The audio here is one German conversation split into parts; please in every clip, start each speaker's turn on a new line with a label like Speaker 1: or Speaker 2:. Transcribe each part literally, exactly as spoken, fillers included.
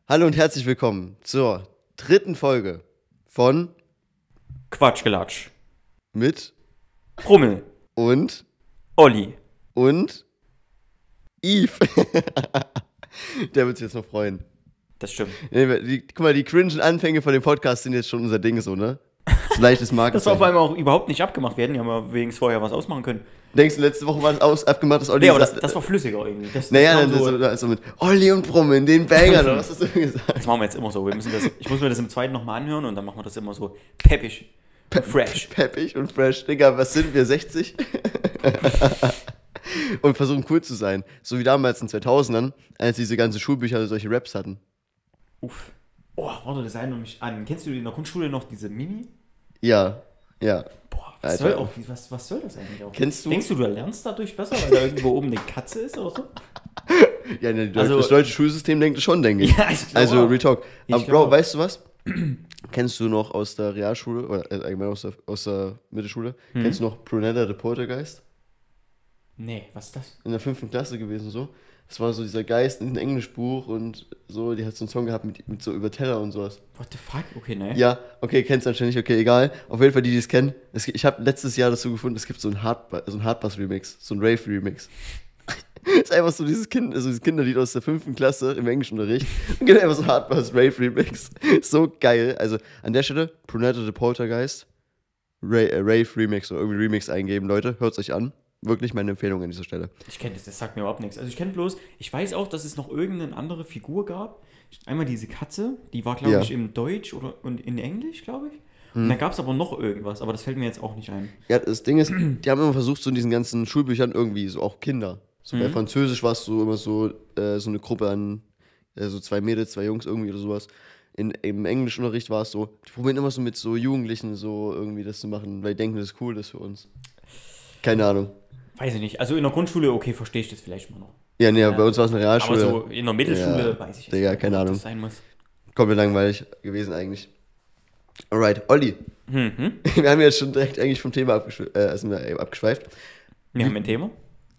Speaker 1: Hallo und herzlich willkommen zur dritten Folge von
Speaker 2: Quatschgelatsch.
Speaker 1: mit
Speaker 2: Brummel.
Speaker 1: und
Speaker 2: Olli.
Speaker 1: und Yves. Der wird sich jetzt noch freuen.
Speaker 2: Das stimmt.
Speaker 1: Die, guck mal, die cringen Anfänge von dem Podcast sind jetzt schon unser Ding so, ne? So leichtes Marketing.
Speaker 2: Das war auf einmal auch überhaupt nicht abgemacht werden. Die haben ja wegen vorher was ausmachen können.
Speaker 1: Denkst du, letzte Woche war das aus, abgemacht, dass Olli...
Speaker 2: Nee, aber das, das war flüssiger irgendwie. Das,
Speaker 1: naja,
Speaker 2: das
Speaker 1: dann
Speaker 2: so,
Speaker 1: so, so, so mit Olli und Brummel, den Banger, oder was hast du gesagt?
Speaker 2: das machen wir jetzt immer so. Wir müssen das, ich muss mir das im zweiten nochmal anhören und dann machen wir das immer so peppig und fresh.
Speaker 1: Peppig und fresh. Digga, was sind wir, sechzig? Und versuchen cool zu sein. So wie damals in den zweitausendern, als diese ganzen Schulbücher solche Raps hatten.
Speaker 2: Uff. Oh, warte, das erinnert mich an. Kennst du in der Grundschule noch diese Mimi?
Speaker 1: Ja, ja.
Speaker 2: Boah, was soll, auch, was, was soll das eigentlich auch?
Speaker 1: Kennst du?
Speaker 2: Denkst du, du lernst dadurch besser, weil da irgendwo oben eine Katze ist oder so?
Speaker 1: Ja, ne,
Speaker 2: Also-
Speaker 1: das deutsche Schulsystem denkt schon, denke ich.
Speaker 2: Ja, ich glaube
Speaker 1: Also,
Speaker 2: auch.
Speaker 1: Retalk.
Speaker 2: Ich
Speaker 1: Aber
Speaker 2: glaube
Speaker 1: Bro,
Speaker 2: auch.
Speaker 1: weißt du was? Kennst du noch aus der Realschule, oder äh, allgemein aus der, aus der Mittelschule,
Speaker 2: Hm.
Speaker 1: kennst du noch Brunella the Poltergeist?
Speaker 2: Nee, was ist das?
Speaker 1: In der fünften Klasse gewesen so. Das war so dieser Geist in einem Englischbuch und so, die hat so einen Song gehabt mit, mit so über Teller und sowas.
Speaker 2: What the fuck? Okay, ne?
Speaker 1: Ja, okay, kennst du anscheinend nicht, okay, egal. Auf jeden Fall, die, die es kennen. Es, gibt- ich habe letztes Jahr dazu gefunden, es gibt so einen Hard, so einen Hardbass-Remix, so einen Rave-Remix. Ist einfach so dieses Kind, also dieses Kinderlied aus der fünften Klasse im Englischunterricht. Und gibt einfach so Hardbass-Rave-Remix. So geil. Also an der Stelle, Brunetta the Poltergeist, Ra äh, Rave-Remix oder irgendwie Remix eingeben, Leute. Hört's euch an. Wirklich meine Empfehlung an dieser Stelle.
Speaker 2: Ich kenne das, das sagt mir überhaupt nichts. Also ich kenne bloß, ich weiß auch, dass es noch irgendeine andere Figur gab. Einmal diese Katze, die war, glaube
Speaker 1: Ja.
Speaker 2: ich, im Deutsch oder und in Englisch, glaube ich. Und dann gab es aber noch irgendwas, aber das fällt mir jetzt auch nicht ein.
Speaker 1: Ja, das Ding ist, die haben immer versucht, so in diesen ganzen Schulbüchern irgendwie, so auch Kinder. So bei Französisch war es so immer so, äh, so eine Gruppe an, äh, so zwei Mädels, zwei Jungs irgendwie oder sowas. In, Im Englischunterricht war es so, die probieren immer so mit so Jugendlichen so irgendwie das zu machen, weil die denken, das ist cool, das ist für uns. Keine Ahnung.
Speaker 2: Weiß ich nicht. Also in der Grundschule, okay, verstehe ich das vielleicht mal noch.
Speaker 1: Ja, nee, bei uns war es eine
Speaker 2: Aber
Speaker 1: Realschule.
Speaker 2: so in der Mittelschule
Speaker 1: Ja,
Speaker 2: weiß ich jetzt
Speaker 1: Digga,
Speaker 2: nicht,
Speaker 1: keine
Speaker 2: ob
Speaker 1: Ahnung.
Speaker 2: das sein muss.
Speaker 1: Komplett langweilig gewesen eigentlich. Alright, Olli.
Speaker 2: Mhm.
Speaker 1: Wir haben jetzt schon direkt eigentlich vom Thema abgeschwe äh, sind wir, äh, abgeschweift.
Speaker 2: Wir haben ein Thema.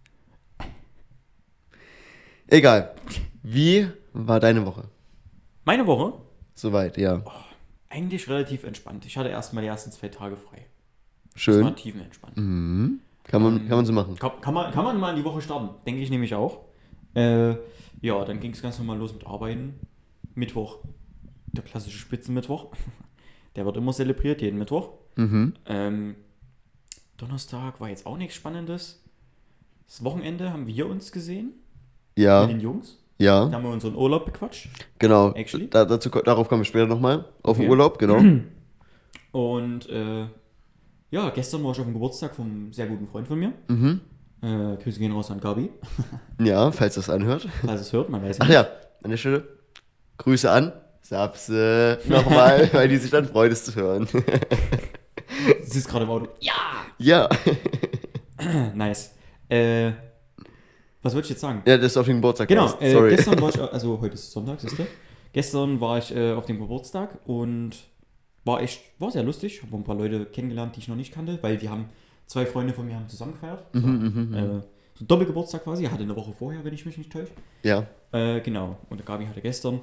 Speaker 1: Egal. Wie war deine Woche?
Speaker 2: Meine Woche,
Speaker 1: Soweit, ja.
Speaker 2: eigentlich relativ entspannt. Ich hatte erstmal die ersten zwei Tage frei. Das
Speaker 1: Schön.
Speaker 2: war tiefenentspannt.
Speaker 1: Kann man, kann man so machen.
Speaker 2: Kann, kann, man, kann man mal in die Woche starten, denke ich nämlich auch. Äh, ja, dann ging es ganz normal los mit Arbeiten. Mittwoch, der klassische Spitzenmittwoch. Der wird immer zelebriert, jeden Mittwoch.
Speaker 1: Mhm.
Speaker 2: Ähm, Donnerstag war jetzt auch nichts Spannendes. Das Wochenende haben wir uns gesehen
Speaker 1: Ja,
Speaker 2: mit den Jungs. Da
Speaker 1: ja,
Speaker 2: haben wir unseren Urlaub bequatscht.
Speaker 1: genau.
Speaker 2: Actually?
Speaker 1: Da, dazu, darauf kommen wir später nochmal. Auf den
Speaker 2: Okay.
Speaker 1: Urlaub, genau.
Speaker 2: Und äh, ja, gestern war ich auf dem Geburtstag von einem sehr guten Freund von mir.
Speaker 1: Mhm.
Speaker 2: Äh, Grüße gehen raus an Gabi,
Speaker 1: Ja, falls das anhört.
Speaker 2: falls es hört, man weiß
Speaker 1: Ach
Speaker 2: nicht.
Speaker 1: ja, an der Stelle. Grüße an Sapse nochmal, weil die sich dann freut, es zu hören.
Speaker 2: Sie ist gerade im Auto. Ja!
Speaker 1: Ja.
Speaker 2: Nice. Äh, was wollte ich jetzt sagen?
Speaker 1: Ja, das ist auf den Geburtstag.
Speaker 2: Genau,
Speaker 1: heißt.
Speaker 2: äh,
Speaker 1: Sorry.
Speaker 2: gestern war ich, also heute ist Sonntag, siehst du? Gestern war ich äh, auf dem Geburtstag und war echt, war sehr lustig. Habe ein paar Leute kennengelernt, die ich noch nicht kannte, weil die haben, zwei Freunde von mir haben zusammen gefeiert. So,
Speaker 1: Mhm,
Speaker 2: äh, so Doppelgeburtstag quasi, hatte eine Woche vorher, wenn ich mich nicht täusche.
Speaker 1: Ja.
Speaker 2: Äh, genau, und der Gabi hatte gestern.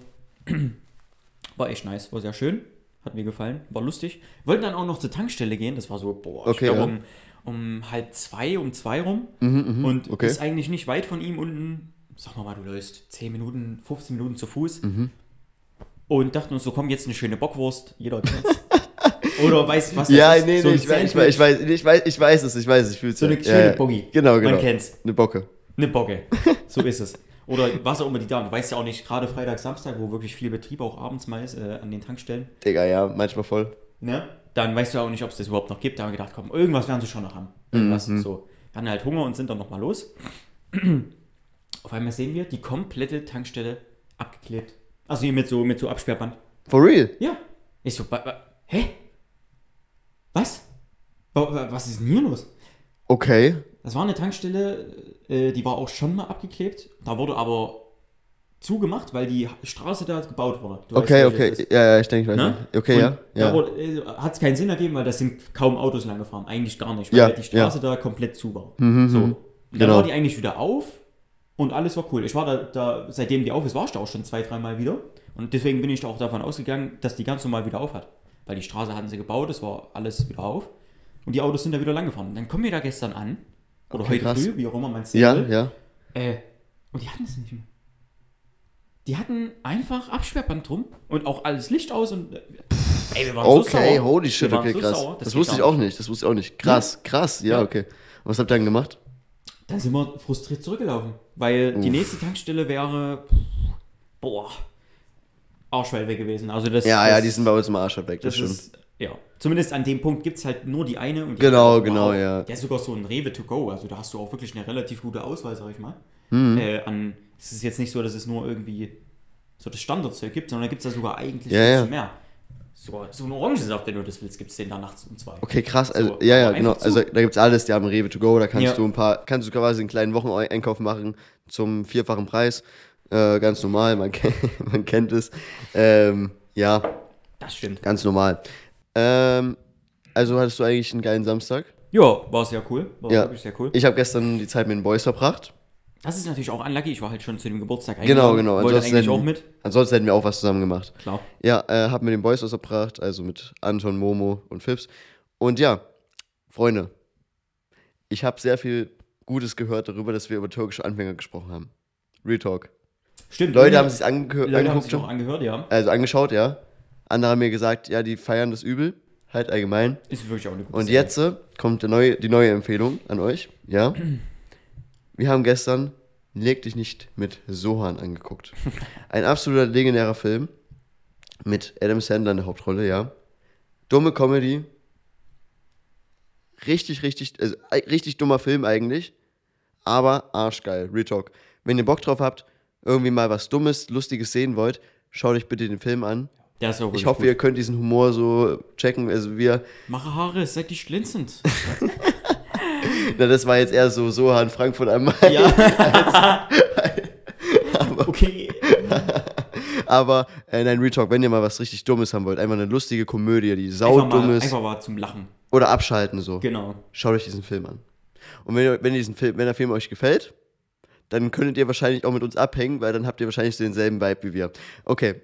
Speaker 2: War echt nice, war sehr schön, hat mir gefallen, war lustig. Wollten dann auch noch zur Tankstelle gehen, das war so, boah, ich
Speaker 1: Okay,
Speaker 2: glaube
Speaker 1: ja.
Speaker 2: um, um halb zwei, um zwei rum.
Speaker 1: Mhm, mhm,
Speaker 2: Und
Speaker 1: okay.
Speaker 2: ist eigentlich nicht weit von ihm unten. Sag mal mal, du läufst zehn Minuten, fünfzehn Minuten zu Fuß.
Speaker 1: Mhm.
Speaker 2: Und dachten uns so, komm, jetzt eine schöne Bockwurst. Jeder kennt's. Oder weißt was das
Speaker 1: Ja,
Speaker 2: ist?
Speaker 1: nee,
Speaker 2: so
Speaker 1: nee,
Speaker 2: ein
Speaker 1: ich weiß, ich weiß, ich weiß, ich weiß, ich weiß es, ich weiß, ich fühle es.
Speaker 2: So eine
Speaker 1: ja.
Speaker 2: schöne
Speaker 1: Ja, ja.
Speaker 2: Boggi.
Speaker 1: Genau, genau.
Speaker 2: Man kennt's.
Speaker 1: Eine Bocke.
Speaker 2: Eine Bocke. So ist es. Oder was auch immer die da. Du weißt ja auch nicht, gerade Freitag, Samstag, wo wirklich viel Betrieb auch abends mal ist, äh, an den Tankstellen.
Speaker 1: Digga, ja, manchmal voll.
Speaker 2: Ne? Dann weißt du auch nicht, ob es das überhaupt noch gibt. Da haben wir gedacht, komm, irgendwas werden sie schon noch haben. Irgendwas
Speaker 1: Mhm.
Speaker 2: so. Wir hatten halt Hunger und sind dann nochmal los. Auf einmal sehen wir die komplette Tankstelle abgeklebt. Also hier mit so, mit so Absperrband.
Speaker 1: For real?
Speaker 2: Ja. Ich so, wa, wa, hä? Was? Wa, wa, was ist denn hier los?
Speaker 1: Okay.
Speaker 2: Das war eine Tankstelle, äh, die war auch schon mal abgeklebt. Da wurde aber zugemacht, weil die Straße da gebaut wurde. Du
Speaker 1: Okay,
Speaker 2: weißt,
Speaker 1: okay.
Speaker 2: welches es ist.
Speaker 1: Ja, ja, ich denke, ich weiß
Speaker 2: Ne?
Speaker 1: nicht. Okay, ja.
Speaker 2: Und
Speaker 1: Ja.
Speaker 2: Da äh, hat es keinen Sinn ergeben, weil das sind kaum Autos lang gefahren. Eigentlich gar nicht, weil
Speaker 1: Ja,
Speaker 2: die Straße da komplett zu war.
Speaker 1: Mhm,
Speaker 2: so.
Speaker 1: mhm.
Speaker 2: Und dann
Speaker 1: Genau.
Speaker 2: war die eigentlich wieder auf Und alles war cool. Ich war da, da seitdem die auf ist, war ich da auch schon zwei, dreimal wieder. Und deswegen bin ich da auch davon ausgegangen, dass die ganz normal wieder auf hat. Weil die Straße hatten sie gebaut, es war alles wieder auf. Und die Autos sind da wieder lang gefahren. Und dann kommen wir da gestern an. Oder
Speaker 1: Okay,
Speaker 2: heute
Speaker 1: krass.
Speaker 2: früh, wie auch immer man es sehen
Speaker 1: Ja,
Speaker 2: will.
Speaker 1: ja.
Speaker 2: Äh, und die hatten es nicht mehr. Die hatten einfach Absperrband drum und auch alles Licht aus und äh, ey, wir waren so
Speaker 1: Okay,
Speaker 2: sauer.
Speaker 1: holy shit,
Speaker 2: Wir waren
Speaker 1: okay,
Speaker 2: so
Speaker 1: krass.
Speaker 2: sauer,
Speaker 1: Das,
Speaker 2: geht
Speaker 1: wusste ich
Speaker 2: gar
Speaker 1: auch nicht, das wusste ich auch nicht. Krass, krass, ja,
Speaker 2: Ja.
Speaker 1: okay. Und was habt ihr dann gemacht?
Speaker 2: Dann sind wir frustriert zurückgelaufen, weil die
Speaker 1: Uff.
Speaker 2: nächste Tankstelle wäre, boah, Arschwell gewesen. Also das,
Speaker 1: Ja,
Speaker 2: das,
Speaker 1: ja, die sind bei uns im Arsch halt weg, das,
Speaker 2: das
Speaker 1: stimmt.
Speaker 2: ist, ja, zumindest an dem Punkt gibt es halt nur die eine. Und die
Speaker 1: Genau,
Speaker 2: andere
Speaker 1: genau,
Speaker 2: auch,
Speaker 1: ja.
Speaker 2: Der ist sogar so ein Rewe to go, also da hast du auch wirklich eine relativ gute Auswahl, sag ich mal.
Speaker 1: Mhm.
Speaker 2: Äh, an, es ist jetzt nicht so, dass es nur irgendwie so das Standardzeug gibt, sondern da gibt es da sogar eigentlich
Speaker 1: Ja,
Speaker 2: ein bisschen
Speaker 1: ja.
Speaker 2: mehr. So, so ein Orangensaft, wenn du das willst, gibt es den da nachts um zwei.
Speaker 1: Okay, krass, also,
Speaker 2: So,
Speaker 1: ja, ja,
Speaker 2: aber
Speaker 1: genau.
Speaker 2: einfach
Speaker 1: Also
Speaker 2: zu.
Speaker 1: da gibt's alles, die haben Rewe to go, da kannst
Speaker 2: Ja.
Speaker 1: du ein paar, kannst du quasi einen kleinen Wocheneinkauf machen zum vierfachen Preis. Äh, ganz normal, man, kennt, man kennt es. Ähm, ja,
Speaker 2: Das stimmt.
Speaker 1: ganz normal. Ähm, also hattest du eigentlich einen geilen Samstag?
Speaker 2: Ja, war sehr cool. War
Speaker 1: Ja.
Speaker 2: wirklich sehr cool.
Speaker 1: Ich habe gestern die Zeit mit den Boys verbracht.
Speaker 2: Das ist natürlich auch unlucky. Ich war halt schon zu dem Geburtstag
Speaker 1: Genau,
Speaker 2: eingeladen.
Speaker 1: genau.
Speaker 2: Wollte
Speaker 1: Ansonsten
Speaker 2: eigentlich
Speaker 1: hätten-
Speaker 2: auch mit.
Speaker 1: Ansonsten hätten wir auch was zusammen gemacht.
Speaker 2: Klar.
Speaker 1: Ja, äh, hab mit den Boys was verbracht, also mit Anton, Momo und Fips. Und ja, Freunde, ich habe sehr viel Gutes gehört darüber, dass wir über türkische Anfänger gesprochen haben. Real Talk.
Speaker 2: Stimmt.
Speaker 1: Leute
Speaker 2: Leute
Speaker 1: haben sich angehört,
Speaker 2: Leute haben
Speaker 1: angeguckt,
Speaker 2: sich auch
Speaker 1: schon,
Speaker 2: angehört, ja.
Speaker 1: also angeschaut, ja. Andere haben mir gesagt, ja, die feiern das übel, halt allgemein.
Speaker 2: Ist wirklich auch eine gute
Speaker 1: Und
Speaker 2: Sache.
Speaker 1: jetzt äh, kommt der neue, die neue Empfehlung an euch, ja. Wir haben gestern Leg dich nicht mit Sohan angeguckt. Ein absoluter legendärer Film mit Adam Sandler in der Hauptrolle, ja. Dumme Comedy. Richtig, richtig, also, äh, richtig dummer Film eigentlich. Aber arschgeil, Real Talk. Wenn ihr Bock drauf habt, irgendwie mal was Dummes, Lustiges sehen wollt, schaut euch bitte den Film an.
Speaker 2: Der ist auch wirklich
Speaker 1: Ich hoffe,
Speaker 2: gut.
Speaker 1: ihr könnt diesen Humor so checken. Also wir,
Speaker 2: Mache Haare, seid nicht glänzend.
Speaker 1: na, das war jetzt eher so Sohan Frankfurt am Main.
Speaker 2: Ja. Okay.
Speaker 1: Aber äh, nein, Real Talk, wenn ihr mal was richtig Dummes haben wollt, einfach eine lustige Komödie, die
Speaker 2: Einfach
Speaker 1: saudumm
Speaker 2: mal,
Speaker 1: ist,
Speaker 2: einfach mal zum Lachen.
Speaker 1: oder abschalten so.
Speaker 2: Genau.
Speaker 1: Schaut euch diesen Film an. Und wenn, ihr, wenn, ihr diesen Film, wenn der Film euch gefällt, dann könntet ihr wahrscheinlich auch mit uns abhängen, weil dann habt ihr wahrscheinlich so denselben Vibe wie wir. Okay.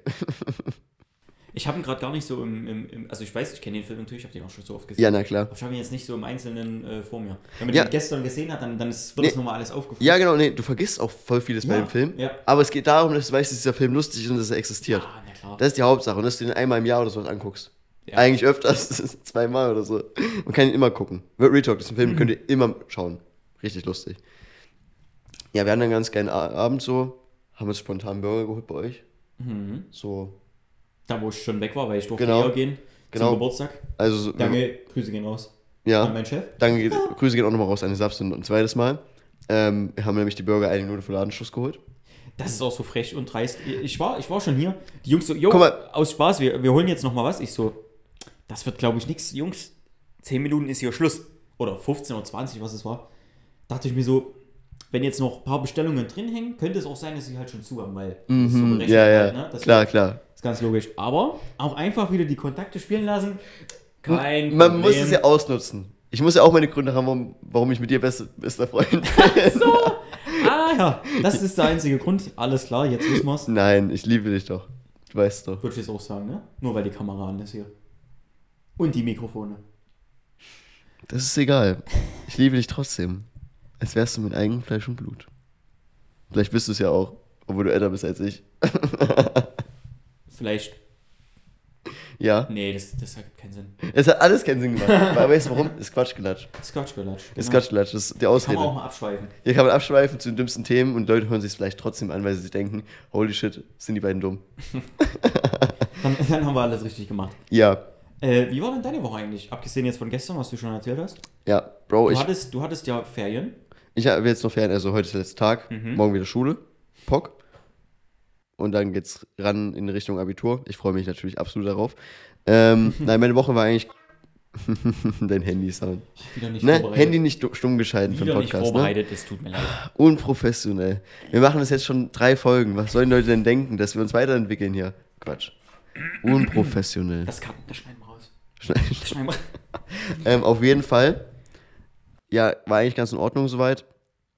Speaker 2: Ich habe ihn gerade gar nicht so im, im, im. Also, ich weiß, ich kenne den Film natürlich, ich habe den auch schon so oft gesehen.
Speaker 1: Ja, na klar.
Speaker 2: Aber ich habe ihn jetzt nicht so im Einzelnen äh, vor mir. Wenn man
Speaker 1: Ja.
Speaker 2: den gestern gesehen hat, dann, dann ist, wird
Speaker 1: Nee.
Speaker 2: das nochmal alles aufgefrischt.
Speaker 1: Ja, genau, nee, du vergisst auch voll vieles bei
Speaker 2: Ja,
Speaker 1: dem Film.
Speaker 2: ja.
Speaker 1: Aber es geht darum, dass du weißt, dass dieser Film lustig ist und dass er existiert.
Speaker 2: Ja, na klar.
Speaker 1: Das ist die Hauptsache. Und dass du den einmal im Jahr oder sowas anguckst.
Speaker 2: Ja.
Speaker 1: Eigentlich öfters, zweimal oder so. Man kann ihn immer gucken. Real Talk, das ist ein Film, den könnt ihr immer schauen. Richtig lustig. Ja, wir hatten einen ganz geilen A- Abend so. Haben uns spontan Burger geholt bei euch.
Speaker 2: Mhm.
Speaker 1: So,
Speaker 2: Da, wo ich schon weg war, weil ich durfte
Speaker 1: Genau.
Speaker 2: eher gehen
Speaker 1: Genau.
Speaker 2: zum Geburtstag.
Speaker 1: also, so-
Speaker 2: Danke, Grüße gehen raus an
Speaker 1: ja.
Speaker 2: meinen Chef.
Speaker 1: Danke, geht, Grüße gehen auch nochmal raus an die Subs und ein zweites Mal. Ähm, wir haben nämlich die Burger eine Minute vor Ladenschluss geholt.
Speaker 2: Das ist auch so frech und dreist. Ich war, ich war schon hier. Die Jungs so, jo,
Speaker 1: Guck mal.
Speaker 2: aus Spaß, wir, wir holen jetzt nochmal was. Ich so, das wird glaube ich nichts, Jungs. zehn Minuten ist hier Schluss. Oder fünfzehn oder zwanzig, was es war. Dachte ich mir so, wenn jetzt noch ein paar Bestellungen drin hängen, könnte es auch sein, dass sie halt schon zu haben, weil das ist so
Speaker 1: Mhm,
Speaker 2: berechnet
Speaker 1: ja, ja,
Speaker 2: halt, ne? Das
Speaker 1: klar, klar.
Speaker 2: ist ganz logisch. Aber auch einfach wieder die Kontakte spielen lassen. Kein
Speaker 1: Man
Speaker 2: Problem.
Speaker 1: muss es ja ausnutzen. Ich muss ja auch meine Gründe haben, warum, warum ich mit dir beste, bester Freund bin.
Speaker 2: Ah ja, das ist der einzige Grund. Alles klar, jetzt wissen wir's.
Speaker 1: Nein, ich liebe dich doch. Du weißt es doch.
Speaker 2: Würde ich jetzt auch sagen, ne? Nur weil die Kamera an ist hier. Und die Mikrofone.
Speaker 1: Das ist egal. Ich liebe dich trotzdem. Als wärst du mit eigenem Fleisch und Blut. Vielleicht bist du es ja auch, obwohl du älter bist als ich.
Speaker 2: Vielleicht.
Speaker 1: Ja.
Speaker 2: Nee, das, das ergibt keinen Sinn.
Speaker 1: Es hat alles keinen Sinn gemacht. Aber weißt du warum? Ist Quatschgelatsch.
Speaker 2: Scotch-Gelatsch.
Speaker 1: Ist Quatschgelatsch, das ist die
Speaker 2: Kann man auch
Speaker 1: Ausrede.
Speaker 2: mal abschweifen.
Speaker 1: Hier kann man abschweifen zu den dümmsten Themen und Leute hören sich es vielleicht trotzdem an, weil sie sich denken, holy shit, sind die beiden dumm.
Speaker 2: Dann, dann haben wir alles richtig gemacht.
Speaker 1: Ja,
Speaker 2: Äh, wie war denn deine Woche eigentlich? Abgesehen jetzt von gestern, was du schon erzählt hast.
Speaker 1: ja, Bro,
Speaker 2: Du
Speaker 1: ich,
Speaker 2: hattest, du hattest ja Ferien.
Speaker 1: ich habe jetzt noch Ferien, also heute ist der letzte Tag,
Speaker 2: Mhm.
Speaker 1: morgen wieder Schule, Pock. Und dann geht's ran in Richtung Abitur. Ich freue mich natürlich absolut darauf. Ähm, nein, meine Woche war eigentlich dein Handy-Sound.
Speaker 2: Wieder nicht
Speaker 1: Ne?
Speaker 2: vorbereitet.
Speaker 1: Handy nicht stu- stumm geschalten für den
Speaker 2: Wieder nicht
Speaker 1: Podcast. Ne?
Speaker 2: vorbereitet, es tut mir leid.
Speaker 1: Unprofessionell. Wir machen das jetzt schon drei Folgen. Was sollen Leute denn denken, dass wir uns weiterentwickeln hier? Quatsch. Unprofessionell.
Speaker 2: Das, kann, das schneiden wir raus.
Speaker 1: Schnell-
Speaker 2: Das schneiden wir.
Speaker 1: ähm, auf jeden Fall. Ja, war eigentlich ganz in Ordnung soweit.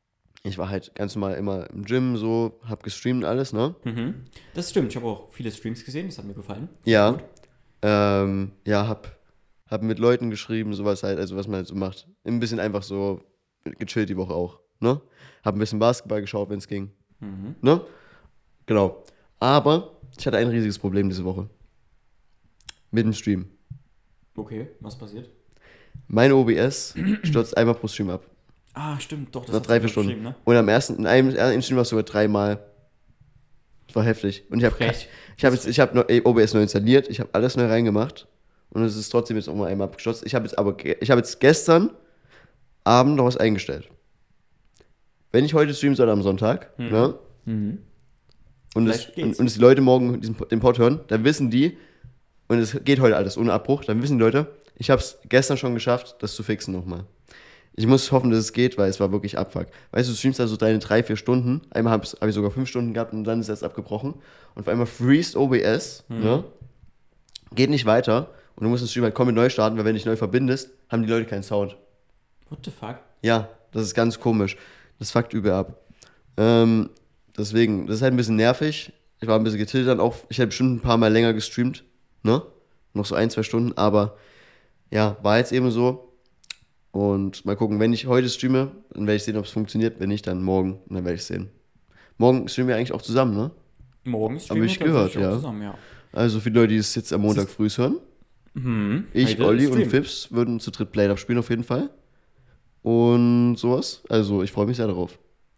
Speaker 1: Ich war halt ganz normal immer im Gym, so, hab gestreamt und alles, ne?
Speaker 2: Mhm. Das stimmt, ich habe auch viele Streams gesehen, das hat mir gefallen.
Speaker 1: Ja.
Speaker 2: Gut.
Speaker 1: Ähm, ja, hab, hab mit Leuten geschrieben, sowas halt, also was man halt so macht. Ein bisschen einfach so gechillt die Woche auch, ne? Hab ein bisschen Basketball geschaut, wenn es ging,
Speaker 2: Mhm.
Speaker 1: ne? Genau. Aber ich hatte ein riesiges Problem diese Woche. Mit dem Stream.
Speaker 2: Okay, was passiert?
Speaker 1: Mein O B S stürzt einmal pro Stream ab.
Speaker 2: Ah, stimmt, doch, das
Speaker 1: Nach
Speaker 2: hast
Speaker 1: drei,
Speaker 2: du
Speaker 1: vier
Speaker 2: mir
Speaker 1: Stunden.
Speaker 2: geschrieben, ne?
Speaker 1: Und am ersten, in einem, in einem Stream war es sogar dreimal. Das war heftig. Und ich habe
Speaker 2: Frech.
Speaker 1: ich hab jetzt, ich habe O B S neu installiert, ich habe alles neu reingemacht. Und es ist trotzdem jetzt auch mal einmal abgestürzt. Ich habe jetzt aber, ge- ich habe jetzt gestern Abend noch was eingestellt. Wenn ich heute streamen soll am Sonntag,
Speaker 2: Mhm.
Speaker 1: ne?
Speaker 2: Mhm.
Speaker 1: Und es,
Speaker 2: Vielleicht
Speaker 1: und,
Speaker 2: geht's.
Speaker 1: und es die Leute morgen diesen, den Pod hören, dann wissen die, und es geht heute alles ohne Abbruch, dann wissen die Leute, ich habe es gestern schon geschafft, das zu fixen nochmal. Ich muss hoffen, dass es geht, weil es war wirklich Abfuck. Weißt du, du streamst also deine drei, vier Stunden. Einmal habe hab ich sogar fünf Stunden gehabt und dann ist es abgebrochen. Und auf einmal freest O B S,
Speaker 2: Mhm.
Speaker 1: ne? Geht nicht weiter. Und du musst den Stream halt komplett neu starten, weil wenn du dich neu verbindest, haben die Leute keinen Sound.
Speaker 2: What the fuck?
Speaker 1: Ja, das ist ganz komisch. Das fuckt übel ab. Ähm, deswegen, das ist halt ein bisschen nervig. Ich war ein bisschen getiltet dann auch. Ich hätte bestimmt ein paar Mal länger gestreamt, ne? Noch so ein, zwei Stunden, aber ja, war jetzt eben so. Und mal gucken, wenn ich heute streame, dann werde ich sehen, ob es funktioniert. Wenn nicht, dann morgen. Und dann werde ich sehen. Morgen streamen wir eigentlich auch zusammen, ne?
Speaker 2: Morgen streamen
Speaker 1: Hab
Speaker 2: wir
Speaker 1: ich gehört,
Speaker 2: tatsächlich auch
Speaker 1: ja.
Speaker 2: zusammen, ja.
Speaker 1: Also für die Leute, die es jetzt am Montag früh hören.
Speaker 2: Mhm.
Speaker 1: Ich,
Speaker 2: Heute
Speaker 1: Olli und
Speaker 2: Stream.
Speaker 1: Fips würden zu dritt Blade Up spielen auf jeden Fall. Und sowas. Also ich freue mich sehr darauf.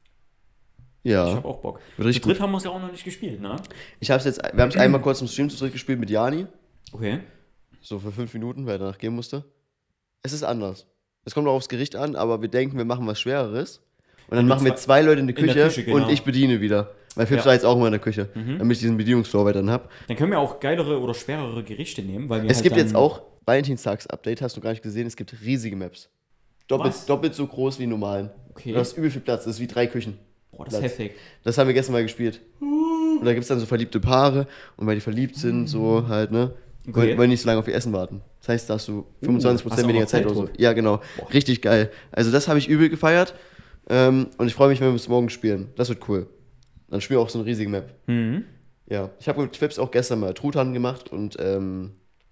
Speaker 1: Ja.
Speaker 2: Ich habe auch Bock.
Speaker 1: Wird richtig
Speaker 2: Zu dritt
Speaker 1: gut.
Speaker 2: haben wir es ja auch noch nicht gespielt, ne?
Speaker 1: Ich hab's jetzt, wir haben es einmal kurz im Stream zu dritt gespielt mit Jani.
Speaker 2: Okay.
Speaker 1: So für fünf Minuten, weil er danach gehen musste. Es ist anders. Es kommt auch aufs Gericht an, aber wir denken, wir machen was Schwereres. Und dann
Speaker 2: Wenn du
Speaker 1: machen wir
Speaker 2: zwei-
Speaker 1: zwei Leute in der
Speaker 2: in der
Speaker 1: Küche,
Speaker 2: Küche, genau.
Speaker 1: und ich bediene wieder. Weil Fips
Speaker 2: Ja.
Speaker 1: war jetzt auch immer in der Küche,
Speaker 2: Mhm.
Speaker 1: damit ich diesen Bedienungsflow weiter dann habe.
Speaker 2: Dann können wir auch geilere oder schwerere Gerichte nehmen, weil wir
Speaker 1: Es
Speaker 2: halt
Speaker 1: gibt
Speaker 2: dann,
Speaker 1: jetzt auch Valentinstags-Update, hast du gar nicht gesehen, es gibt riesige Maps. Doppelt,
Speaker 2: Was?
Speaker 1: doppelt so groß wie normal.
Speaker 2: Okay.
Speaker 1: Du hast übel viel Platz, das ist wie drei Küchen.
Speaker 2: Boah, das ist
Speaker 1: Platz.
Speaker 2: heftig.
Speaker 1: Das haben wir gestern mal gespielt. Und da gibt es dann so verliebte Paare, und weil die verliebt sind, so halt, ne?
Speaker 2: Okay.
Speaker 1: Wollen, wollen nicht so lange auf ihr Essen warten. Das heißt, da hast du fünfundzwanzig
Speaker 2: hast
Speaker 1: Prozent
Speaker 2: du auch
Speaker 1: weniger
Speaker 2: noch
Speaker 1: Zeit oder so.
Speaker 2: Zeitdruck.
Speaker 1: Ja, genau.
Speaker 2: Boah.
Speaker 1: Richtig geil. Also das habe ich übel gefeiert. Ähm, und ich freue mich, wenn wir es morgen spielen. Das wird cool. Dann spielen wir auch so eine riesige Map.
Speaker 2: Mhm.
Speaker 1: Ja. Ich habe mit Fips auch gestern mal Truthahn gemacht und ähm.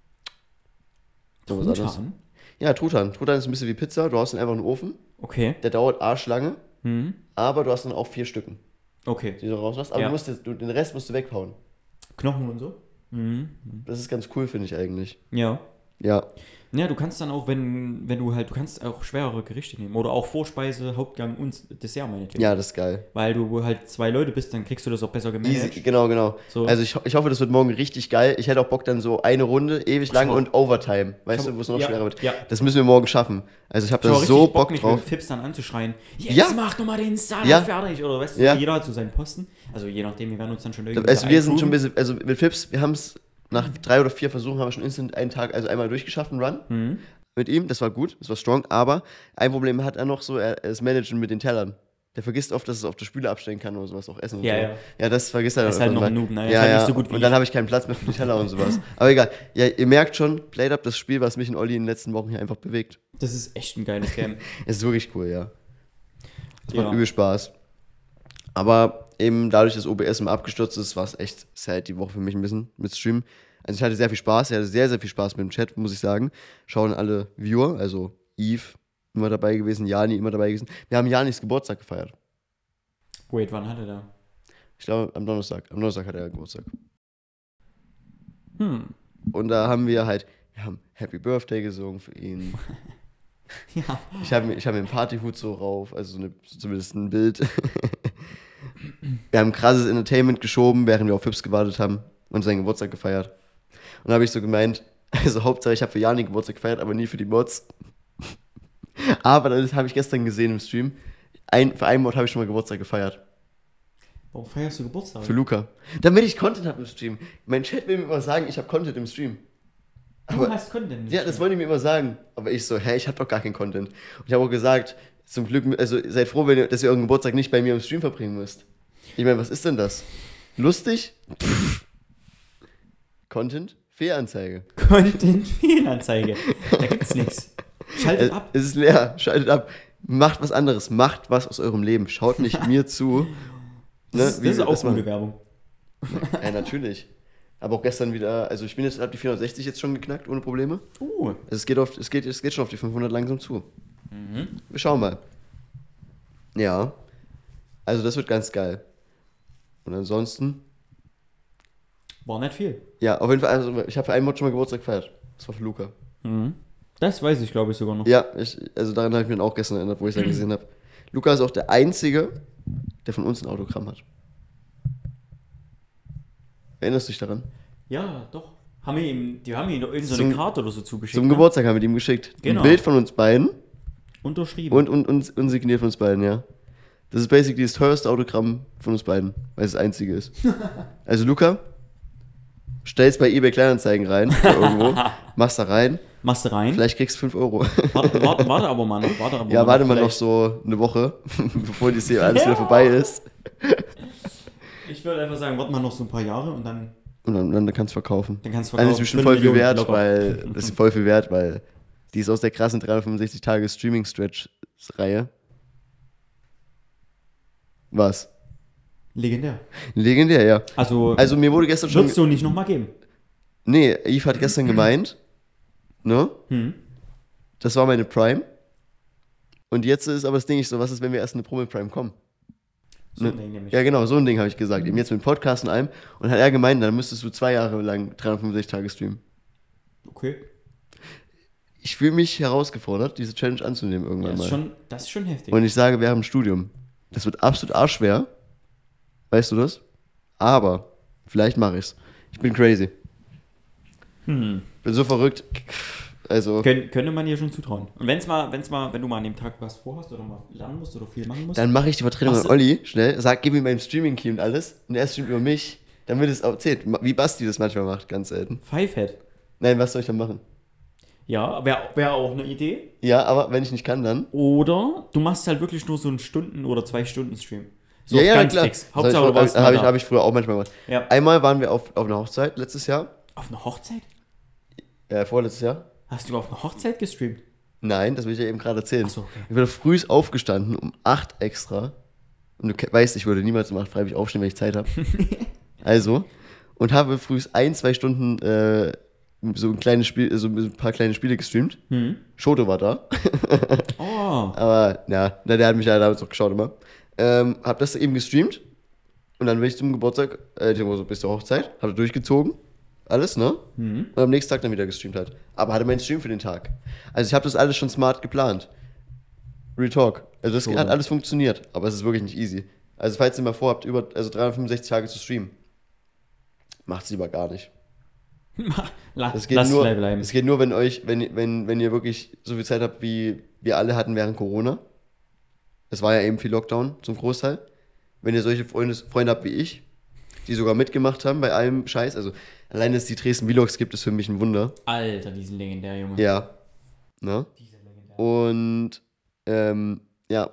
Speaker 1: noch was anderes.
Speaker 2: Truthahn?
Speaker 1: Ja, Truthahn. Truthahn ist ein bisschen wie Pizza. Du hast ihn einfach in den Ofen.
Speaker 2: Okay.
Speaker 1: Der dauert arschlange,
Speaker 2: Mhm.
Speaker 1: aber du hast dann auch vier Stücken,
Speaker 2: Okay.
Speaker 1: die du rauslässt. Aber
Speaker 2: Ja.
Speaker 1: du musst, jetzt- du, den Rest musst du weghauen.
Speaker 2: Knochen und so? Mhm.
Speaker 1: Das ist ganz cool, finde ich eigentlich.
Speaker 2: Ja.
Speaker 1: Ja.
Speaker 2: Ja, du kannst dann auch, wenn, wenn du halt, du kannst auch schwerere Gerichte nehmen. Oder auch Vorspeise, Hauptgang und Dessert, meinetwegen.
Speaker 1: Ja, das ist geil.
Speaker 2: Weil du halt zwei Leute bist, dann kriegst du das auch besser gemanagt.
Speaker 1: Easy, genau, genau.
Speaker 2: So.
Speaker 1: Also ich, ho- ich hoffe, das wird morgen richtig geil. Ich hätte auch Bock dann so eine Runde, ewig lang
Speaker 2: Schau.
Speaker 1: und Overtime. Weißt
Speaker 2: Schau.
Speaker 1: du, wo es noch
Speaker 2: Ja,
Speaker 1: schwerer wird.
Speaker 2: ja.
Speaker 1: Das müssen wir morgen schaffen. Also ich habe
Speaker 2: Ich hab
Speaker 1: da
Speaker 2: auch
Speaker 1: so
Speaker 2: richtig
Speaker 1: Bock
Speaker 2: mich
Speaker 1: drauf.
Speaker 2: mit Fips dann anzuschreien. Jetzt
Speaker 1: Ja.
Speaker 2: mach doch mal den Salat
Speaker 1: Ja.
Speaker 2: fertig. Oder weißt du,
Speaker 1: Ja.
Speaker 2: jeder hat so seinen Posten. Also je nachdem, wir werden uns dann schon irgendwie.
Speaker 1: Also wir sind schon ein
Speaker 2: eingrooven.
Speaker 1: bisschen, also mit Fips, wir haben es nach drei oder vier Versuchen haben wir schon instant einen Tag, also einmal durchgeschafft, einen Run
Speaker 2: Mhm.
Speaker 1: mit ihm. Das war gut, das war strong. Aber ein Problem hat er noch so, er er ist Managen mit den Tellern. Der vergisst oft, dass es auf der Spüle abstellen kann oder sowas, auch essen und
Speaker 2: Ja,
Speaker 1: so.
Speaker 2: ja.
Speaker 1: Ja, das vergisst er
Speaker 2: Er ist halt
Speaker 1: öfter
Speaker 2: noch
Speaker 1: mal.
Speaker 2: ein Noob, ne? Er ist
Speaker 1: Ja,
Speaker 2: halt
Speaker 1: ja.
Speaker 2: nicht so gut wie
Speaker 1: und dann
Speaker 2: ich.
Speaker 1: habe ich keinen Platz mehr für die Teller und sowas. Aber egal. Ja, ihr merkt schon, Played Up, das Spiel, was mich und Olli in den letzten Wochen hier einfach bewegt.
Speaker 2: Das ist echt ein geiles Game.
Speaker 1: Es ist wirklich cool, ja. Es
Speaker 2: Ja.
Speaker 1: macht übel Spaß. Aber eben dadurch, dass O B S immer abgestürzt ist, war es echt sad die Woche für mich ein bisschen mit Stream. Also ich hatte sehr viel Spaß, ich hatte sehr, sehr viel Spaß mit dem Chat, muss ich sagen. Schauen alle Viewer, also Eve immer dabei gewesen, Jani immer dabei gewesen. Wir haben Janis Geburtstag gefeiert.
Speaker 2: Wait, wann hat er da?
Speaker 1: Ich glaube am Donnerstag. Am Donnerstag hat er Geburtstag.
Speaker 2: Hm.
Speaker 1: Und da haben wir halt, wir haben Happy Birthday gesungen für ihn.
Speaker 2: Ja.
Speaker 1: Ich habe mir, ich hab mir einen Partyhut so rauf, also so eine, zumindest ein Bild. Wir haben krasses Entertainment geschoben, während wir auf Fips gewartet haben und seinen Geburtstag gefeiert. Und da habe ich so gemeint, also Hauptsache ich habe für Jani Geburtstag gefeiert, aber nie für die Mods. Aber das habe ich gestern gesehen im Stream. Ein, für einen Mod habe ich schon mal Geburtstag gefeiert.
Speaker 2: Warum feierst du Geburtstag?
Speaker 1: Für Luca. Damit ich Content habe im Stream. Mein Chat will mir immer sagen, ich habe Content im Stream.
Speaker 2: Du
Speaker 1: Aber-
Speaker 2: hast Content.
Speaker 1: Ja, das wollen die mir immer sagen. Aber ich so, hä, ich habe doch gar keinen Content. Und ich habe auch gesagt, zum Glück, also seid froh, wenn ihr, dass ihr euren Geburtstag nicht bei mir im Stream verbringen müsst. Ich meine, was ist denn das? Lustig? Pff. Content? Fehlanzeige.
Speaker 2: Content Fehlanzeige. Da gibt's nichts. Schaltet
Speaker 1: Äh,
Speaker 2: ab.
Speaker 1: Es ist leer, schaltet ab. Macht was anderes, macht was aus eurem Leben. Schaut nicht mir zu.
Speaker 2: Das,
Speaker 1: Ne,
Speaker 2: ist,
Speaker 1: wie
Speaker 2: das ist
Speaker 1: wir
Speaker 2: auch
Speaker 1: das
Speaker 2: gute
Speaker 1: machen.
Speaker 2: Werbung.
Speaker 1: Ja, natürlich. Aber auch gestern wieder, also ich bin jetzt, hab die vierhundertsechzig jetzt schon geknackt, ohne Probleme.
Speaker 2: Uh.
Speaker 1: Also es geht, auf, es geht, es geht schon auf die fünfhundert langsam zu.
Speaker 2: Mhm.
Speaker 1: Wir schauen mal. Ja. Also das wird ganz geil. Und ansonsten,
Speaker 2: War nicht viel.
Speaker 1: ja, auf jeden Fall, also ich habe für einen Mod schon mal Geburtstag gefeiert. Das war für Luca.
Speaker 2: Mhm. Das weiß ich, glaube ich, sogar noch.
Speaker 1: Ja, ich, also daran habe ich mich dann auch gestern erinnert, wo ich es dann gesehen habe. Luca ist auch der Einzige, der von uns ein Autogramm hat. Erinnerst du dich daran?
Speaker 2: Ja, doch. Haben wir ihm, die haben ihm doch irgendeine so
Speaker 1: Zum-
Speaker 2: eine Karte oder so zugeschickt.
Speaker 1: Zum
Speaker 2: ne?
Speaker 1: Geburtstag haben wir die ihm geschickt.
Speaker 2: Genau.
Speaker 1: Ein Bild von uns beiden
Speaker 2: Unterschrieben.
Speaker 1: und, und, und, und signiert von uns beiden, ja. Das ist basically das teuerste Autogramm von uns beiden, weil es das einzige ist. Also Luca, stell's bei eBay Kleinanzeigen rein, oder irgendwo, machst da rein,
Speaker 2: Machst du rein?
Speaker 1: vielleicht kriegst du fünf Euro.
Speaker 2: Warte, warte, warte aber mal noch. Warte aber
Speaker 1: Ja, warte mal noch
Speaker 2: vielleicht-
Speaker 1: so eine Woche, bevor das hier alles wieder vorbei ist.
Speaker 2: Ich würde einfach sagen, warte mal noch so ein paar Jahre und dann,
Speaker 1: Und dann, dann kannst du verkaufen.
Speaker 2: dann kannst du
Speaker 1: Dann ist
Speaker 2: verkaufen.
Speaker 1: bestimmt
Speaker 2: Für eine
Speaker 1: voll viel
Speaker 2: Million
Speaker 1: wert,
Speaker 2: locker.
Speaker 1: weil das ist voll viel wert, weil die ist aus der krassen dreihundertfünfundsechzig Tage Streaming Stretch Reihe. Was?
Speaker 2: Legendär.
Speaker 1: Legendär, ja.
Speaker 2: Also,
Speaker 1: Also mir wurde gestern schon.
Speaker 2: würdest du nicht nochmal geben?
Speaker 1: Nee, Yves hat gestern gemeint, ne?
Speaker 2: Hm.
Speaker 1: Das war meine Prime. Und jetzt ist aber das Ding nicht so, was ist, wenn wir erst in eine Promo Prime kommen?
Speaker 2: So
Speaker 1: Ne?
Speaker 2: ein Ding nämlich.
Speaker 1: Ja, genau, so ein Ding habe ich gesagt. Eben jetzt mit Podcast und allem. Und hat er gemeint, dann müsstest du zwei Jahre lang dreihundertfünfundsechzig Tage streamen.
Speaker 2: Okay.
Speaker 1: Ich fühle mich herausgefordert, diese Challenge anzunehmen irgendwann
Speaker 2: Das ist,
Speaker 1: mal.
Speaker 2: schon, das ist schon heftig.
Speaker 1: Und ich sage, wir haben ein Studium. Das wird absolut arschschwer. Weißt du das? Aber vielleicht mache ich's. Ich bin crazy.
Speaker 2: hm.
Speaker 1: Bin so verrückt. Also,
Speaker 2: Kön könnte man dir schon zutrauen. Und wenn's mal, wenn's mal, wenn du mal an dem Tag was vorhast oder mal lernen musst oder viel machen musst,
Speaker 1: dann mache ich die Vertretung
Speaker 2: Hast
Speaker 1: an
Speaker 2: du-
Speaker 1: Olli, schnell. Sag, gib ihm meinen Streaming-Key und alles. Und er streamt über mich, damit es auch zählt. Wie Basti das manchmal macht, ganz selten.
Speaker 2: Fivehead.
Speaker 1: Nein, was soll ich dann machen?
Speaker 2: Ja, wäre wär auch eine Idee.
Speaker 1: Ja, aber wenn ich nicht kann, dann.
Speaker 2: Oder du machst halt wirklich nur so einen Stunden- oder zwei Stunden Stream. So
Speaker 1: ja,
Speaker 2: auf
Speaker 1: ja,
Speaker 2: ganz
Speaker 1: klar.
Speaker 2: fix.
Speaker 1: Das
Speaker 2: Hauptsache,
Speaker 1: habe
Speaker 2: du
Speaker 1: ich,
Speaker 2: warst
Speaker 1: hab,
Speaker 2: mal
Speaker 1: hab ich,
Speaker 2: da.
Speaker 1: hab ich früher auch manchmal gemacht.
Speaker 2: Ja.
Speaker 1: Einmal waren wir auf, auf einer Hochzeit letztes Jahr.
Speaker 2: Auf einer Hochzeit?
Speaker 1: Äh, vorletztes Jahr.
Speaker 2: Hast du auf einer Hochzeit gestreamt?
Speaker 1: Nein, das will ich ja eben gerade erzählen.
Speaker 2: Ach so, okay.
Speaker 1: Ich bin früh aufgestanden, um acht extra. Und du ke- weißt, ich würde niemals um acht freiwillig aufstehen, wenn ich Zeit habe. Also. Und habe früh ein, zwei Stunden äh, so ein kleines Spiel, so ein paar kleine Spiele gestreamt.
Speaker 2: Hm.
Speaker 1: Shoto war da.
Speaker 2: Oh.
Speaker 1: Aber, ja, na, der hat mich ja damals auch geschaut immer. Ähm, hab das eben gestreamt. Und dann bin ich zum Geburtstag, äh, so bis zur Hochzeit, hab das durchgezogen. Alles, ne?
Speaker 2: Hm.
Speaker 1: Und am nächsten Tag dann wieder gestreamt halt. Aber hatte meinen Stream für den Tag. Also ich habe das alles schon smart geplant. Real Talk. Also das
Speaker 2: So,
Speaker 1: hat
Speaker 2: ne?
Speaker 1: alles funktioniert, aber es ist wirklich nicht easy. Also falls ihr mal vorhabt, über also dreihundertfünfundsechzig Tage zu streamen, macht's lieber gar nicht.
Speaker 2: La
Speaker 1: Es geht
Speaker 2: Lass
Speaker 1: nur,
Speaker 2: gleich bleiben.
Speaker 1: es geht nur, wenn euch, wenn, wenn, wenn ihr wirklich so viel Zeit habt, wie wir alle hatten während Corona. Es war ja eben viel Lockdown zum Großteil. Wenn ihr solche Freunde, Freunde habt wie ich, die sogar mitgemacht haben bei allem Scheiß, also allein, dass es die Dresden Vlogs gibt, ist für mich ein Wunder.
Speaker 2: Alter, diesen legendär, Junge.
Speaker 1: Ja. Ne?
Speaker 2: Dieser legendär.
Speaker 1: Und ähm, ja,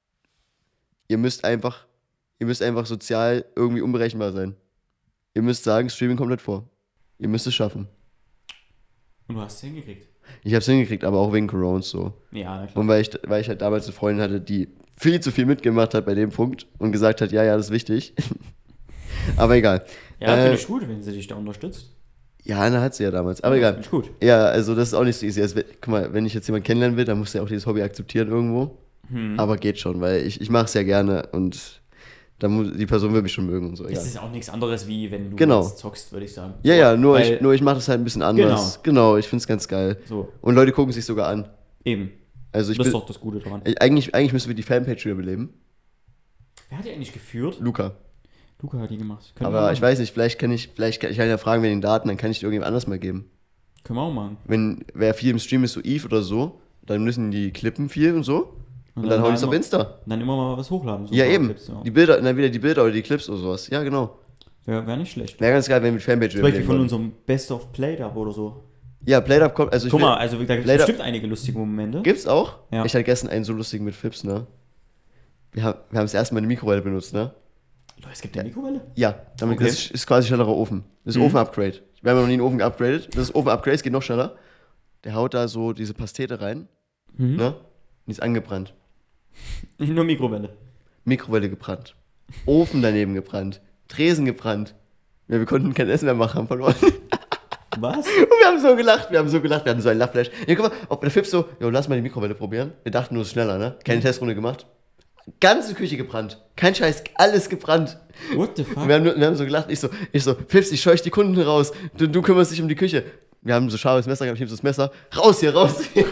Speaker 1: ihr müsst einfach, ihr müsst einfach sozial irgendwie unberechenbar sein. Ihr müsst sagen, Streaming kommt nicht vor. Ihr müsst es schaffen.
Speaker 2: Und du hast es hingekriegt.
Speaker 1: Ich hab's hingekriegt, aber auch wegen Corona so.
Speaker 2: Ja, na klar.
Speaker 1: Und weil ich, weil ich halt damals eine Freundin hatte, die viel zu viel mitgemacht hat bei dem Punkt und gesagt hat, ja, ja, das ist wichtig. Aber egal.
Speaker 2: Ja,
Speaker 1: äh,
Speaker 2: finde ich gut, wenn sie dich da unterstützt.
Speaker 1: Ja, na, hat sie ja damals. Aber egal.
Speaker 2: Finde ich gut.
Speaker 1: Ja, also das ist auch nicht so easy. Also, guck mal, wenn ich jetzt jemanden kennenlernen will, dann muss er auch dieses Hobby akzeptieren irgendwo.
Speaker 2: Hm.
Speaker 1: Aber geht schon, weil ich, ich mache es ja gerne und dann muss, die Person will mich schon mögen und so.
Speaker 2: Es
Speaker 1: Egal.
Speaker 2: ist auch nichts anderes, wie wenn du
Speaker 1: Genau.
Speaker 2: jetzt zockst, würde ich sagen.
Speaker 1: Ja,
Speaker 2: So,
Speaker 1: ja, nur
Speaker 2: weil-
Speaker 1: ich, nur ich mache das halt ein bisschen anders. Genau, ich finde es ganz geil.
Speaker 2: So,
Speaker 1: Und Leute gucken sich sogar an.
Speaker 2: eben.
Speaker 1: Also ich
Speaker 2: Das ist
Speaker 1: bin,
Speaker 2: doch das Gute daran.
Speaker 1: ich- eigentlich, eigentlich müssen wir die Fanpage wieder beleben.
Speaker 2: Wer hat die eigentlich geführt?
Speaker 1: Luca.
Speaker 2: Luca hat die gemacht. Können wir
Speaker 1: Aber
Speaker 2: auch
Speaker 1: ich
Speaker 2: machen.
Speaker 1: weiß nicht, vielleicht kann ich, vielleicht kann ich kann ja fragen, wer den Daten, dann kann ich die irgendjemand anders mal geben.
Speaker 2: Können wir auch machen.
Speaker 1: Wenn wer viel im Stream ist, so Eve oder so, dann müssen die klippen viel und so. Und, dann, hauen die es auf
Speaker 2: immer-
Speaker 1: Insta.
Speaker 2: Dann immer mal was hochladen. so
Speaker 1: Ja,
Speaker 2: ein paar
Speaker 1: eben.
Speaker 2: Clips, ja.
Speaker 1: Die Bilder, dann wieder die Bilder oder die Clips oder sowas. Ja, genau.
Speaker 2: Wäre wär nicht schlecht.
Speaker 1: Wäre ganz geil, wenn wir mit Fanpage
Speaker 2: Zum Beispiel von
Speaker 1: würden.
Speaker 2: unserem Best of Played-Up oder so.
Speaker 1: Ja, Played-Up kommt, also ich
Speaker 2: Guck
Speaker 1: will-
Speaker 2: mal, also da gibt es
Speaker 1: Played-Up-
Speaker 2: bestimmt einige lustige Momente.
Speaker 1: Gibt's auch?
Speaker 2: Ja.
Speaker 1: Ich hatte gestern einen so lustigen mit Fips, ne? Wir haben, wir haben das erste Mal eine Mikrowelle benutzt, ne?
Speaker 2: Leute, es gibt eine Mikrowelle?
Speaker 1: Ja, damit
Speaker 2: Okay.
Speaker 1: das ist, ist quasi schnellerer Ofen. Das ist
Speaker 2: Mhm.
Speaker 1: Ofen-Upgrade. Wir haben ja noch nie einen Ofen geupgradet. Das ist Ofen-Upgrade, es geht noch schneller. Der haut da so diese Pastete rein,
Speaker 2: Mhm.
Speaker 1: ne? Und die ist angebrannt.
Speaker 2: Nur Mikrowelle.
Speaker 1: Mikrowelle gebrannt. Ofen daneben gebrannt. Tresen gebrannt. Ja, wir konnten kein Essen mehr machen, haben verloren.
Speaker 2: Was?
Speaker 1: Und wir haben so gelacht, wir haben so gelacht, wir hatten so ein Lachflash. Ja, guck mal, ob der Fips so, jo, lass mal die Mikrowelle probieren. Wir dachten nur, es ist schneller, ne? Keine mhm. Testrunde gemacht. Ganze Küche gebrannt. Kein Scheiß, alles gebrannt.
Speaker 2: What the fuck?
Speaker 1: Und wir haben, wir haben so gelacht. Ich so, ich so, Fips, ich scheuch die Kunden raus. Du, du kümmerst dich um die Küche. Wir haben so scharfes Messer gehabt, ich hab so das Messer. Raus hier, raus hier.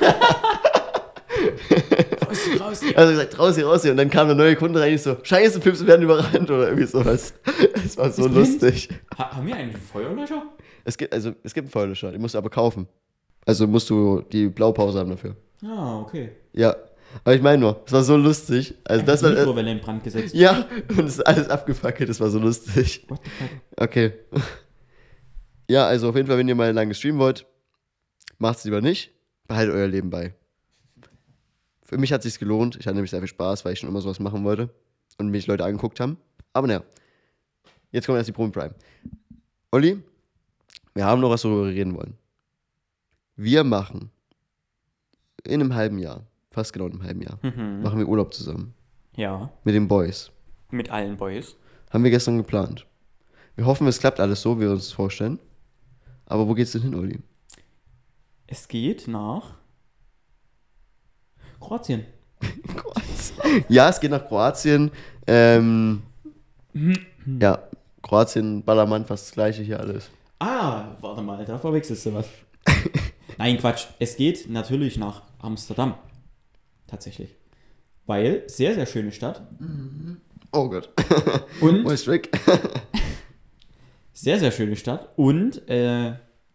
Speaker 2: raus hier, raus hier.
Speaker 1: Also gesagt, raus hier, raus hier. Und dann kam der neue Kunde rein, ich so, scheiße, Fips, wir werden überrannt oder irgendwie sowas. Es war so lustig.
Speaker 2: Ha- haben wir eigentlich einen Feuerlöscher?
Speaker 1: Es gibt, also, es gibt einen Feuerlöscher, den musst du aber kaufen. Also musst du die Blaupause haben dafür.
Speaker 2: Ah, okay.
Speaker 1: Ja, aber ich meine nur, es war so lustig. Also das war,
Speaker 2: Mikrowelle in Brand gesetzt.
Speaker 1: ja, und es ist alles abgefackelt, das war so lustig.
Speaker 2: What the fuck?
Speaker 1: Okay. Ja, also auf jeden Fall, wenn ihr mal lange streamen wollt, macht's lieber nicht. Behaltet euer Leben bei. Für mich hat es sich gelohnt. Ich hatte nämlich sehr viel Spaß, weil ich schon immer sowas machen wollte und mich Leute angeguckt haben. Aber naja, jetzt kommt erst die Promi Prime. Olli, wir haben noch was, worüber wir reden wollen. Wir machen in einem halben Jahr, fast genau in einem halben Jahr,
Speaker 2: Mhm.
Speaker 1: machen wir Urlaub zusammen.
Speaker 2: Ja,
Speaker 1: Mit den Boys.
Speaker 2: mit allen Boys.
Speaker 1: Haben wir gestern geplant. Wir hoffen, es klappt alles so, wie wir uns das vorstellen. Aber wo geht's denn hin, Olli?
Speaker 2: Es geht nach Kroatien.
Speaker 1: Ja, es geht nach Kroatien. Ähm, ja, Kroatien, Ballermann, fast das gleiche hier alles.
Speaker 2: Ah, warte mal, da verwechselst du was. Nein, Quatsch. Es geht natürlich nach Amsterdam. Tatsächlich. Weil, sehr, sehr schöne Stadt.
Speaker 1: Oh Gott.
Speaker 2: Und
Speaker 1: Wo ist Rick?
Speaker 2: sehr, sehr schöne Stadt. Und, äh,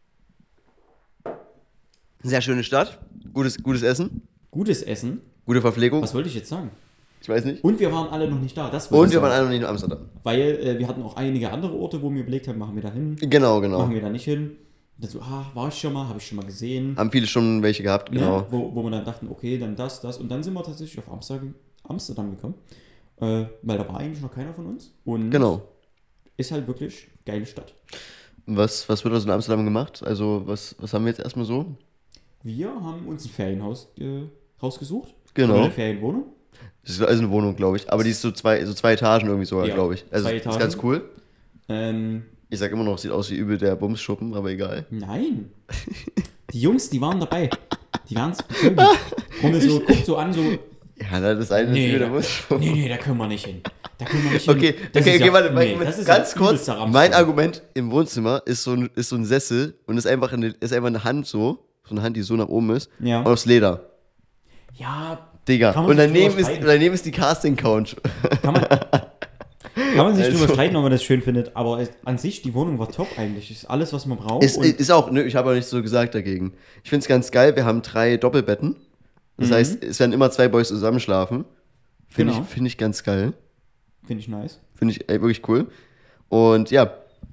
Speaker 1: Sehr schöne Stadt. Gutes, gutes Essen.
Speaker 2: gutes Essen.
Speaker 1: Gute Verpflegung.
Speaker 2: Was wollte ich jetzt sagen?
Speaker 1: Ich weiß nicht.
Speaker 2: Und wir waren alle noch nicht da. Das wollte
Speaker 1: Und
Speaker 2: ich
Speaker 1: wir
Speaker 2: sagen.
Speaker 1: waren alle noch nicht in Amsterdam.
Speaker 2: Weil äh, wir hatten auch einige andere Orte, wo wir überlegt haben, machen wir da hin,
Speaker 1: Genau, genau.
Speaker 2: machen wir da nicht hin. Und dann so, ah, war ich schon mal, habe ich schon mal gesehen.
Speaker 1: Haben viele schon welche gehabt, genau.
Speaker 2: Ja, wo, wo wir dann dachten, okay, dann das, das. Und dann sind wir tatsächlich auf Amsterdam, Amsterdam gekommen. Äh, weil da war eigentlich noch keiner von uns. Und
Speaker 1: Genau.
Speaker 2: ist halt wirklich geile Stadt.
Speaker 1: Was, was wird also in Amsterdam gemacht? Also, was, was haben wir jetzt erstmal so?
Speaker 2: Wir haben uns ein Ferienhaus äh, rausgesucht.
Speaker 1: Genau.
Speaker 2: Oder eine Ferienwohnung.
Speaker 1: Das ist also eine Wohnung, glaube ich. Aber die ist so zwei, so zwei Etagen irgendwie sogar,
Speaker 2: Ja,
Speaker 1: glaube ich. Also,
Speaker 2: zwei
Speaker 1: ist ganz
Speaker 2: Etagen.
Speaker 1: cool.
Speaker 2: Ähm,
Speaker 1: Ich sag immer noch, sieht aus wie übel der Bumsschuppen, aber egal.
Speaker 2: nein. Die Jungs, die waren dabei. Die waren es bezeugen. Rummel so, guckt so an, so,
Speaker 1: Ja, das ist eine
Speaker 2: nee,
Speaker 1: übel der
Speaker 2: da,
Speaker 1: Bumsschuppen.
Speaker 2: nee, nee, da können wir nicht hin. Da können wir nicht
Speaker 1: Okay,
Speaker 2: hin. Das
Speaker 1: okay,
Speaker 2: ist
Speaker 1: okay,
Speaker 2: ja,
Speaker 1: warte,
Speaker 2: nee,
Speaker 1: warte,
Speaker 2: das ist
Speaker 1: ganz
Speaker 2: ja
Speaker 1: kurz.
Speaker 2: übelster Ramsch.
Speaker 1: Mein Argument im Wohnzimmer ist so ein, ist so ein Sessel und ist einfach, eine, ist einfach eine Hand so, so eine Hand, die so nach oben ist,
Speaker 2: Ja.
Speaker 1: und aus Leder.
Speaker 2: Ja,
Speaker 1: Digga.
Speaker 2: Kann man
Speaker 1: Und
Speaker 2: sich
Speaker 1: daneben
Speaker 2: drüber
Speaker 1: ist,
Speaker 2: streiten.
Speaker 1: daneben ist die Casting-Couch.
Speaker 2: kann man, kann man sich
Speaker 1: Also-
Speaker 2: drüber streiten, ob man das schön findet. Aber es, an sich, die Wohnung war top eigentlich. Ist alles, was man braucht.
Speaker 1: Ist,
Speaker 2: und
Speaker 1: ist auch, ne, ich habe auch nichts so gesagt dagegen. Ich finde es ganz geil, wir haben drei Doppelbetten. Das
Speaker 2: Mhm.
Speaker 1: heißt, es werden immer zwei Boys zusammen schlafen. Finde
Speaker 2: Genau.
Speaker 1: ich, find ich ganz geil.
Speaker 2: Finde ich nice.
Speaker 1: Finde ich ey, wirklich cool. Und ja,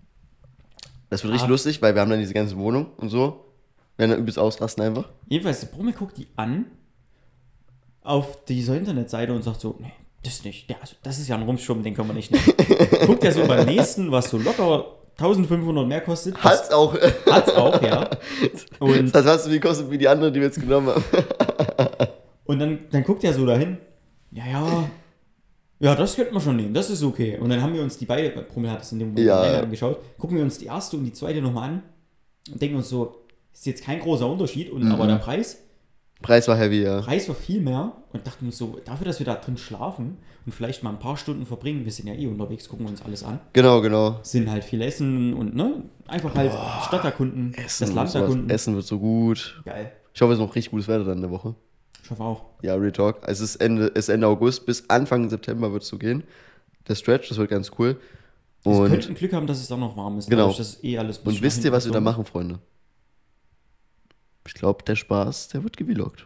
Speaker 1: das wird richtig
Speaker 2: Ah.
Speaker 1: lustig, weil wir haben dann diese ganze Wohnung und so. Wir werden dann übelst ausrasten einfach.
Speaker 2: Jedenfalls, der Brumme guckt die an auf dieser Internetseite und sagt so, nee, das nicht. Ja, also, das ist ja ein Rumschwimmen, den können wir nicht nehmen. Guckt er so beim nächsten, was so locker eintausendfünfhundert mehr kostet. Das
Speaker 1: Hat's auch.
Speaker 2: hat's auch, ja. Und,
Speaker 1: Das hast du wie kostet wie die andere, die wir jetzt genommen haben.
Speaker 2: und dann, dann guckt er so dahin. Ja, ja. Ja, das könnten wir schon nehmen, das ist okay. Und dann haben wir uns die beide, Brummel hat es in dem Moment
Speaker 1: Ja.
Speaker 2: alleine angeschaut, gucken wir uns die erste und die zweite nochmal an und denken uns so, ist jetzt kein großer Unterschied, und,
Speaker 1: Mhm.
Speaker 2: aber der Preis,
Speaker 1: Preis war heavy, ja.
Speaker 2: Preis war viel mehr, und dachten uns so, dafür, dass wir da drin schlafen und vielleicht mal ein paar Stunden verbringen, wir sind ja eh unterwegs, gucken uns alles an,
Speaker 1: Genau, genau.
Speaker 2: sind halt viel essen und ne, einfach halt Stadt erkunden,
Speaker 1: Essen,
Speaker 2: das Land
Speaker 1: sowas.
Speaker 2: erkunden.
Speaker 1: Essen wird so gut.
Speaker 2: Geil.
Speaker 1: Ich hoffe, es ist noch richtig gutes Wetter dann in der Woche.
Speaker 2: Ich hoffe auch.
Speaker 1: Ja, Real Talk. Also es ist Ende, es ist Ende August bis Anfang September wird es so gehen. Der Stretch, das wird ganz cool.
Speaker 2: Wir
Speaker 1: Und,
Speaker 2: könnten Glück haben, dass es dann noch warm ist.
Speaker 1: Genau.
Speaker 2: dadurch, dass eh alles bis
Speaker 1: und wisst
Speaker 2: nach
Speaker 1: ihr, was wir
Speaker 2: hinten
Speaker 1: da
Speaker 2: so-
Speaker 1: machen, Freunde? Ich glaube, der Spaß, der wird gevloggt.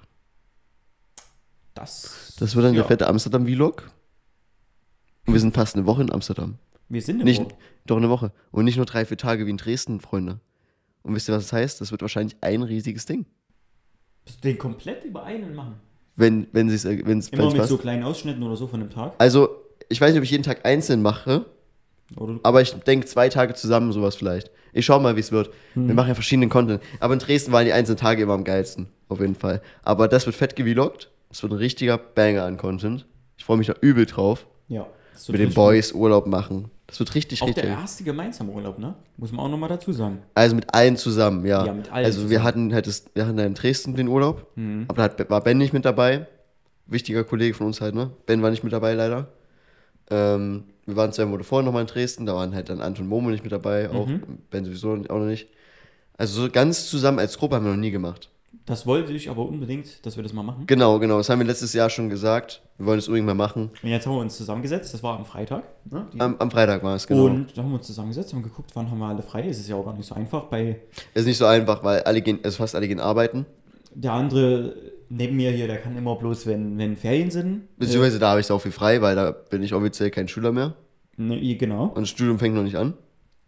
Speaker 2: Das,
Speaker 1: Das wird dann
Speaker 2: ja.
Speaker 1: der fette Amsterdam-Vlog. Und wir sind fast eine Woche in Amsterdam.
Speaker 2: Wir sind im
Speaker 1: Nicht,
Speaker 2: Urlaub.
Speaker 1: doch eine Woche. Und nicht nur drei, vier Tage wie in Dresden, Freunde. Und wisst ihr, was das heißt? Das wird wahrscheinlich ein riesiges Ding.
Speaker 2: Den komplett über einen machen.
Speaker 1: Wenn, wenn es wenn es
Speaker 2: Immer mit
Speaker 1: passt.
Speaker 2: so kleinen Ausschnitten oder so von dem Tag.
Speaker 1: Also, ich weiß nicht, ob ich jeden Tag einzeln mache,
Speaker 2: Oder
Speaker 1: aber ich denke zwei Tage zusammen, sowas vielleicht. Ich schau mal, wie es wird. Wir machen ja verschiedenen Content. Aber in Dresden waren die einzelnen Tage immer am geilsten. Auf jeden Fall. Aber das wird fett gevloggt. Das wird ein richtiger Banger an Content. Ich freue mich da übel drauf.
Speaker 2: Ja.
Speaker 1: Mit den Boys Urlaub machen. Das wird richtig,
Speaker 2: auch
Speaker 1: richtig.
Speaker 2: der erste gemeinsame Urlaub, ne? Muss man auch nochmal dazu sagen.
Speaker 1: Also mit allen zusammen, ja.
Speaker 2: Ja, mit allen
Speaker 1: also wir
Speaker 2: zusammen.
Speaker 1: hatten halt das, wir hatten da in Dresden den Urlaub.
Speaker 2: Mhm.
Speaker 1: Aber da hat, war Ben nicht mit dabei. Wichtiger Kollege von uns halt, ne? Ben war nicht mit dabei, leider. Ähm, wir waren zwei Monate vorher nochmal in Dresden. Da waren halt dann Anton Momo nicht mit dabei. Auch
Speaker 2: Mhm.
Speaker 1: Ben sowieso auch noch nicht. Also so ganz zusammen als Gruppe haben wir noch nie gemacht.
Speaker 2: Das wollte ich aber unbedingt, dass wir das mal machen.
Speaker 1: Genau, genau. Das haben wir letztes Jahr schon gesagt. Wir wollen es unbedingt mal machen.
Speaker 2: Und jetzt haben wir uns zusammengesetzt, das war am Freitag. Ne? Die-
Speaker 1: Am, am Freitag war es, genau.
Speaker 2: Und da haben wir uns zusammengesetzt und geguckt, wann haben wir alle frei. Es ist ja auch gar nicht so einfach. Bei
Speaker 1: Ist nicht so einfach, weil alle gehen, also fast alle gehen arbeiten.
Speaker 2: der andere neben mir hier, der kann immer bloß, wenn, wenn Ferien sind.
Speaker 1: Beziehungsweise da habe ich auch viel frei, weil da bin ich offiziell kein Schüler mehr.
Speaker 2: Äh, ne, genau.
Speaker 1: Und das Studium fängt noch nicht an.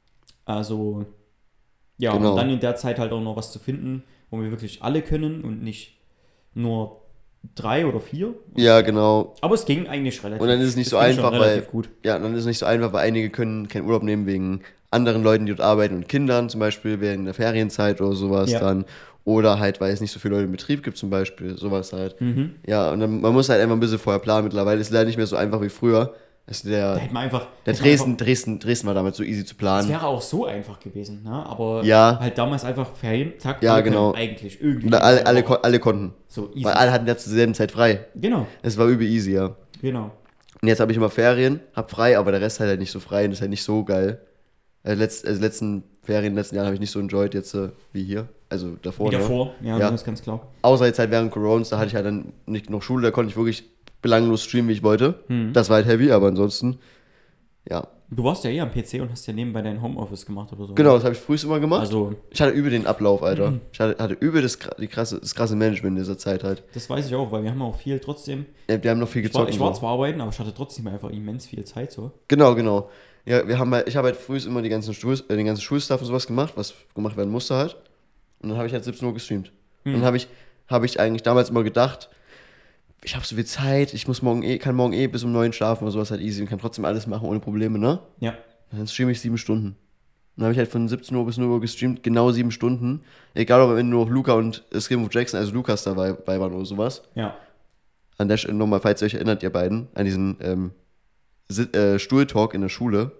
Speaker 2: Also, ja,
Speaker 1: Genau.
Speaker 2: und dann in der Zeit halt auch noch was zu finden, wo wir wirklich alle können und nicht nur drei oder vier.
Speaker 1: Ja, genau.
Speaker 2: Aber es ging eigentlich relativ.
Speaker 1: Und dann ist es nicht
Speaker 2: es
Speaker 1: so
Speaker 2: ging schon
Speaker 1: einfach, weil
Speaker 2: relativ gut.
Speaker 1: ja, dann ist es nicht so einfach, weil einige können keinen Urlaub nehmen wegen anderen Leuten, die dort arbeiten und Kindern zum Beispiel während der Ferienzeit oder sowas
Speaker 2: Ja.
Speaker 1: dann. Oder halt, weil es nicht so viele Leute im Betrieb gibt zum Beispiel, sowas halt.
Speaker 2: Mhm.
Speaker 1: Ja, und dann, man muss halt einfach ein bisschen vorher planen. Mittlerweile ist es leider nicht mehr so einfach wie früher. Also
Speaker 2: Da
Speaker 1: der,
Speaker 2: hätte man einfach.
Speaker 1: der
Speaker 2: hätte man
Speaker 1: Dresden,
Speaker 2: einfach-
Speaker 1: Dresden, Dresden war damals so easy zu
Speaker 2: Es
Speaker 1: planen.
Speaker 2: wäre auch so einfach gewesen, ne? Aber
Speaker 1: Ja.
Speaker 2: halt damals einfach Ferien, zack,
Speaker 1: Ja,
Speaker 2: alle können
Speaker 1: genau.
Speaker 2: eigentlich irgendwie.
Speaker 1: Und alle, alle, ko- alle konnten.
Speaker 2: so easy.
Speaker 1: Weil alle hatten ja zur selben Zeit frei.
Speaker 2: Genau,
Speaker 1: Es war übel easy, ja.
Speaker 2: genau.
Speaker 1: Und jetzt habe ich immer Ferien, hab frei, aber der Rest halt, halt nicht so frei und das ist halt nicht so geil. Also, letzt, also letzten Ferien, in den letzten Jahren habe ich nicht so enjoyed jetzt äh, wie hier. Also davor.
Speaker 2: Wieder
Speaker 1: ne?
Speaker 2: vor, ja,
Speaker 1: Ja.
Speaker 2: das ist ganz klar.
Speaker 1: Außer jetzt halt während Corona, da hatte ich halt dann nicht noch Schule, da konnte ich wirklich belanglos streamen, wie ich wollte.
Speaker 2: Hm.
Speaker 1: Das war halt heavy, aber ansonsten, ja.
Speaker 2: Du warst ja eh am P C und hast ja nebenbei dein Homeoffice gemacht oder so.
Speaker 1: Genau, das habe ich frühst immer gemacht.
Speaker 2: Also,
Speaker 1: Ich hatte übel den Ablauf, Alter.
Speaker 2: Mhm.
Speaker 1: Ich hatte, hatte übel das, kra- die krasse, das krasse Management in dieser Zeit halt.
Speaker 2: das weiß ich auch, weil wir haben auch viel trotzdem.
Speaker 1: Ja, wir haben noch viel
Speaker 2: Ich war,
Speaker 1: gezockt.
Speaker 2: ich
Speaker 1: und
Speaker 2: war
Speaker 1: so.
Speaker 2: zwar arbeiten, aber ich hatte trotzdem einfach immens viel Zeit so.
Speaker 1: Genau, genau. Ja, wir haben halt, ich habe halt früh immer die ganzen Stuhl, äh, den ganzen Schulstuff und sowas gemacht, was gemacht werden musste halt. Und dann habe ich halt siebzehn Uhr gestreamt.
Speaker 2: Hm.
Speaker 1: Und dann habe ich, habe ich eigentlich damals immer gedacht, ich habe so viel Zeit, ich muss morgen eh, kann morgen eh bis um neun schlafen oder sowas halt easy und kann trotzdem alles machen ohne Probleme, ne?
Speaker 2: Ja.
Speaker 1: Und dann streame ich sieben Stunden. Dann habe ich halt von siebzehn Uhr bis null Uhr gestreamt, genau sieben Stunden. Egal, ob am Ende nur noch Luca und äh, Scream of Jackson, also Lukas dabei, dabei waren oder sowas.
Speaker 2: Ja.
Speaker 1: An der Stelle nochmal, falls ihr euch erinnert, ihr beiden, an diesen ähm, Sit- äh, Stuhltalk in der Schule.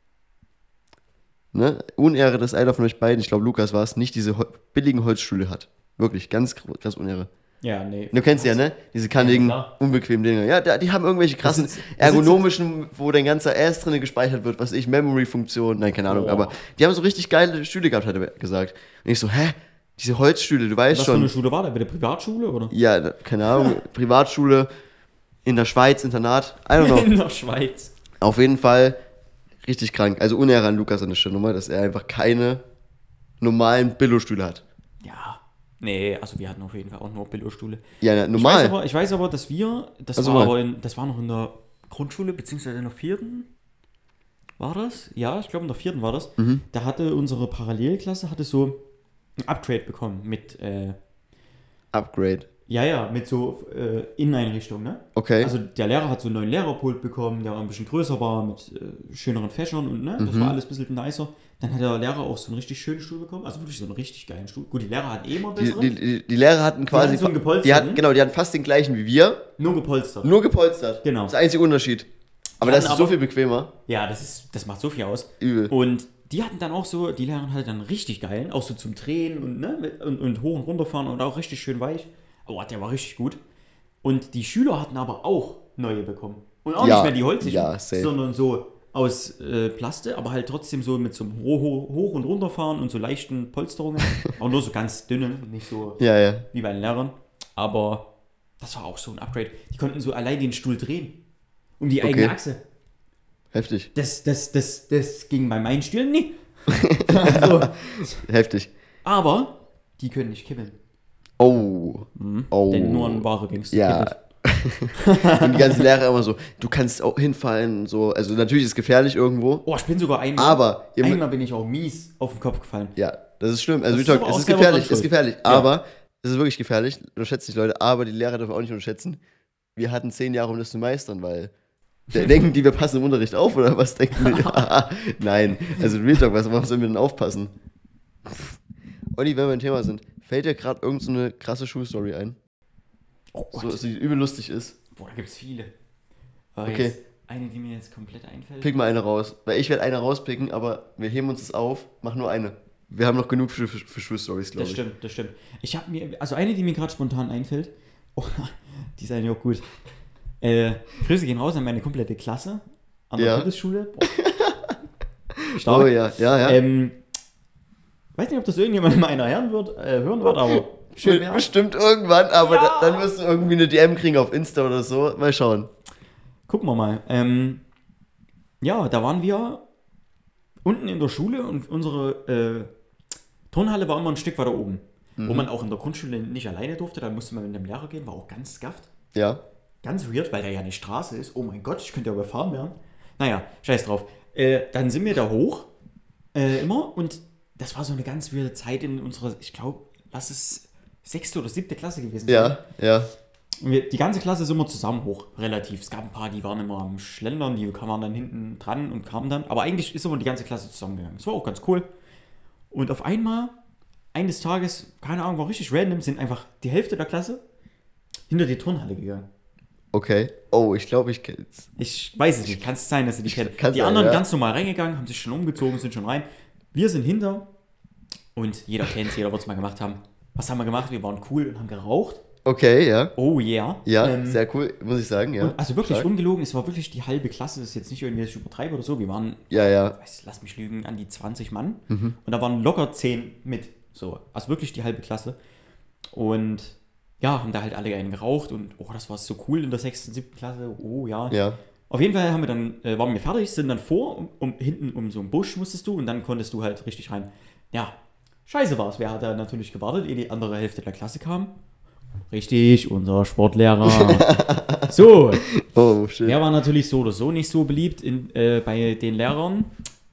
Speaker 1: Ne? Unehre, dass einer von euch beiden, ich glaube Lukas war es, nicht diese Hol- billigen Holzstühle hat. Wirklich, ganz kr- krass Unehre.
Speaker 2: Ja, nee.
Speaker 1: Du kennst die ja, ne? Diese kantigen,
Speaker 2: Ja, klar.
Speaker 1: unbequemen Dinger. Ja, da- die haben irgendwelche krassen,
Speaker 2: Das ist- das
Speaker 1: ergonomischen, wo dein ganzer Ass drin gespeichert wird, was weiß ich, Memory-Funktion, nein, keine Ahnung,
Speaker 2: Boah.
Speaker 1: aber die haben so richtig geile Stühle gehabt, hat er gesagt. Und ich so, hä? Diese Holzstühle, du weißt
Speaker 2: Was für
Speaker 1: schon.
Speaker 2: eine Schule war da? Bei der Privatschule oder?
Speaker 1: Ja, da- keine Ahnung, Privatschule, in der Schweiz, Internat, I don't know.
Speaker 2: In der Schweiz.
Speaker 1: Auf jeden Fall richtig krank. Also Unehre an Lukas an der Stelle nochmal, dass er einfach keine normalen Billo-Stühle hat.
Speaker 2: Ja. Nee, also wir hatten auf jeden Fall auch nur Billo-Stühle.
Speaker 1: Ja, na,
Speaker 2: Ich weiß,
Speaker 1: normal.
Speaker 2: aber, ich weiß aber, dass wir, das
Speaker 1: Also
Speaker 2: war
Speaker 1: mal.
Speaker 2: aber in, das war noch in der Grundschule, beziehungsweise in der vierten. War das? Ja, ich glaube in der vierten war das.
Speaker 1: Mhm.
Speaker 2: Da hatte unsere Parallelklasse hatte so ein Upgrade bekommen mit, äh,
Speaker 1: Upgrade.
Speaker 2: ja, ja, mit so äh, Inneneinrichtung, ne?
Speaker 1: Okay.
Speaker 2: Also der Lehrer hat so einen neuen Lehrerpult bekommen, der ein bisschen größer war, mit äh, schöneren Fächern und ne, das
Speaker 1: Mhm.
Speaker 2: war alles ein bisschen nicer. Dann hat der Lehrer auch so einen richtig schönen Stuhl bekommen, also wirklich so einen richtig geilen Stuhl. Gut, die Lehrer hatten eh immer
Speaker 1: die,
Speaker 2: bessere,
Speaker 1: die, die, die Lehrer hatten quasi.
Speaker 2: hatten so einen gepolsterten.
Speaker 1: die hatten, genau, die hatten fast den gleichen wie wir,
Speaker 2: nur gepolstert.
Speaker 1: nur gepolstert.
Speaker 2: Genau.
Speaker 1: Das ist der einzige Unterschied. Aber
Speaker 2: Die
Speaker 1: das ist
Speaker 2: hatten
Speaker 1: so
Speaker 2: aber-
Speaker 1: viel bequemer.
Speaker 2: Ja, das ist, das macht so viel aus.
Speaker 1: Übel.
Speaker 2: Und die hatten dann auch so, die Lehrerin hatte dann richtig geilen, auch so zum Drehen und, ne, mit- und, und hoch und runter fahren und auch richtig schön weich. Oh, der war richtig gut. Und die Schüler hatten aber auch neue bekommen. Und auch
Speaker 1: Ja,
Speaker 2: nicht mehr die holzigen,
Speaker 1: ja, safe.
Speaker 2: sondern so aus äh, Plaste, aber halt trotzdem so mit so einem Ho Ho Hoch- und Runterfahren und so leichten Polsterungen. Aber nur so ganz dünne, nicht so
Speaker 1: Ja, ja.
Speaker 2: wie bei den Lehrern. Aber das war auch so ein Upgrade. Die konnten so allein den Stuhl drehen. Um die eigene
Speaker 1: Okay.
Speaker 2: Achse.
Speaker 1: Heftig.
Speaker 2: Das, das, das, das ging bei meinen Stühlen nie. also,
Speaker 1: Heftig.
Speaker 2: aber die können nicht kippeln.
Speaker 1: Oh. Oh.
Speaker 2: Denn nur ein wahrer Gangster
Speaker 1: Ja.
Speaker 2: kippelt.
Speaker 1: Und die ganzen Lehrer immer so, du kannst auch hinfallen, so. Also natürlich ist es gefährlich irgendwo.
Speaker 2: Oh, ich bin sogar einmal.
Speaker 1: Aber ihr mü-
Speaker 2: einmal bin ich auch mies auf den Kopf gefallen.
Speaker 1: Ja, das ist schlimm. Also
Speaker 2: Das
Speaker 1: wie
Speaker 2: ist
Speaker 1: gesagt,
Speaker 2: aber
Speaker 1: es
Speaker 2: auch
Speaker 1: ist
Speaker 2: selber
Speaker 1: gefährlich,
Speaker 2: dran
Speaker 1: es ist
Speaker 2: schuld.
Speaker 1: gefährlich.
Speaker 2: Ja.
Speaker 1: Aber es ist wirklich gefährlich. Unterschätzt nicht, Leute. Aber die Lehrer dürfen auch nicht unterschätzen. Wir hatten zehn Jahre, um das zu meistern, weil de- denken die, wir passen im Unterricht auf oder was denken die? Nein, also Real Talk, was, warum sollen wir denn aufpassen? Olli, wenn wir ein Thema sind, fällt dir gerade irgendeine so eine krasse Schulstory ein?
Speaker 2: Oh Gott.
Speaker 1: So, so die übel lustig ist.
Speaker 2: Boah, da gibt's viele. Aber
Speaker 1: Okay.
Speaker 2: jetzt eine, die mir jetzt komplett einfällt.
Speaker 1: Pick mal eine raus. Weil ich werde eine rauspicken, aber wir heben uns das auf. Mach nur eine. Wir haben noch genug für, für, für Schulstories, glaube
Speaker 2: Das
Speaker 1: ich.
Speaker 2: stimmt, das stimmt. Ich habe mir, also eine, die mir gerade spontan einfällt, oh, die ist eigentlich auch gut. Äh, Grüße gehen raus an meine komplette Klasse an der
Speaker 1: Ja.
Speaker 2: Bundesschule. Boah. Stark.
Speaker 1: Oh ja, ja, ja.
Speaker 2: Ähm, weiß nicht, ob das irgendjemand mal einer hören wird, äh, hören wird, aber schön wär's.
Speaker 1: Bestimmt irgendwann, aber
Speaker 2: Ja.
Speaker 1: da, dann wirst du irgendwie eine D M kriegen auf Insta oder so. Mal schauen.
Speaker 2: Gucken wir mal. Ähm, ja, da waren wir unten in der Schule und unsere äh, Turnhalle war immer ein Stück weiter oben.
Speaker 1: Mhm.
Speaker 2: Wo man auch in der Grundschule nicht alleine durfte, dann musste man mit einem Lehrer gehen, war auch ganz skafft.
Speaker 1: Ja.
Speaker 2: Ganz weird, weil da ja eine Straße ist. Oh mein Gott, ich könnte ja überfahren werden. Naja, scheiß drauf. Äh, dann sind wir da hoch, äh, immer, und das war so eine ganz weirde Zeit in unserer, ich glaube, lass es sechste oder siebte Klasse gewesen sein.
Speaker 1: Ja, ja.
Speaker 2: Und wir, die ganze Klasse ist immer zusammen hoch, relativ. Es gab ein paar, die waren immer am Schlendern, die kamen dann hinten dran und kamen dann. Aber eigentlich ist immer die ganze Klasse zusammengegangen. Das war auch ganz cool. Und auf einmal, eines Tages, keine Ahnung, war richtig random, sind einfach die Hälfte der Klasse hinter die Turnhalle gegangen.
Speaker 1: Okay. Oh, ich glaube, ich kenn's.
Speaker 2: Ich weiß es nicht, kann es sein, dass sie die kennen.
Speaker 1: Kann's
Speaker 2: Die
Speaker 1: sein,
Speaker 2: anderen
Speaker 1: ja.
Speaker 2: ganz normal reingegangen, haben sich schon umgezogen, sind schon rein. Wir sind hinter und jeder kennt, jeder wird es mal gemacht haben. Was haben wir gemacht? Wir waren cool und haben geraucht.
Speaker 1: Okay, ja.
Speaker 2: Oh yeah.
Speaker 1: Ja,
Speaker 2: Ähm,
Speaker 1: sehr cool, muss ich sagen, ja.
Speaker 2: und also wirklich
Speaker 1: Stark.
Speaker 2: ungelogen, es war wirklich die halbe Klasse, das ist jetzt nicht irgendwie, dass ich übertreibe oder so. Wir waren,
Speaker 1: Ja, ja.
Speaker 2: weiß, lass mich lügen, an die zwanzig Mann.
Speaker 1: Mhm.
Speaker 2: Und da waren locker zehn mit. So, also wirklich die halbe Klasse. Und ja, haben da halt alle einen geraucht und oh, das war so cool in der sechsten, siebten Klasse. Oh ja.
Speaker 1: Ja.
Speaker 2: Auf jeden Fall haben wir dann, äh, waren wir fertig, sind dann vor, um, um, hinten um so einen Busch musstest du und dann konntest du halt richtig rein. Ja, scheiße war's. Wer hat da natürlich gewartet, ehe die andere Hälfte der Klasse kam? Richtig, unser Sportlehrer. So,
Speaker 1: Oh, shit.
Speaker 2: der war natürlich so oder so nicht so beliebt in, äh, bei den Lehrern.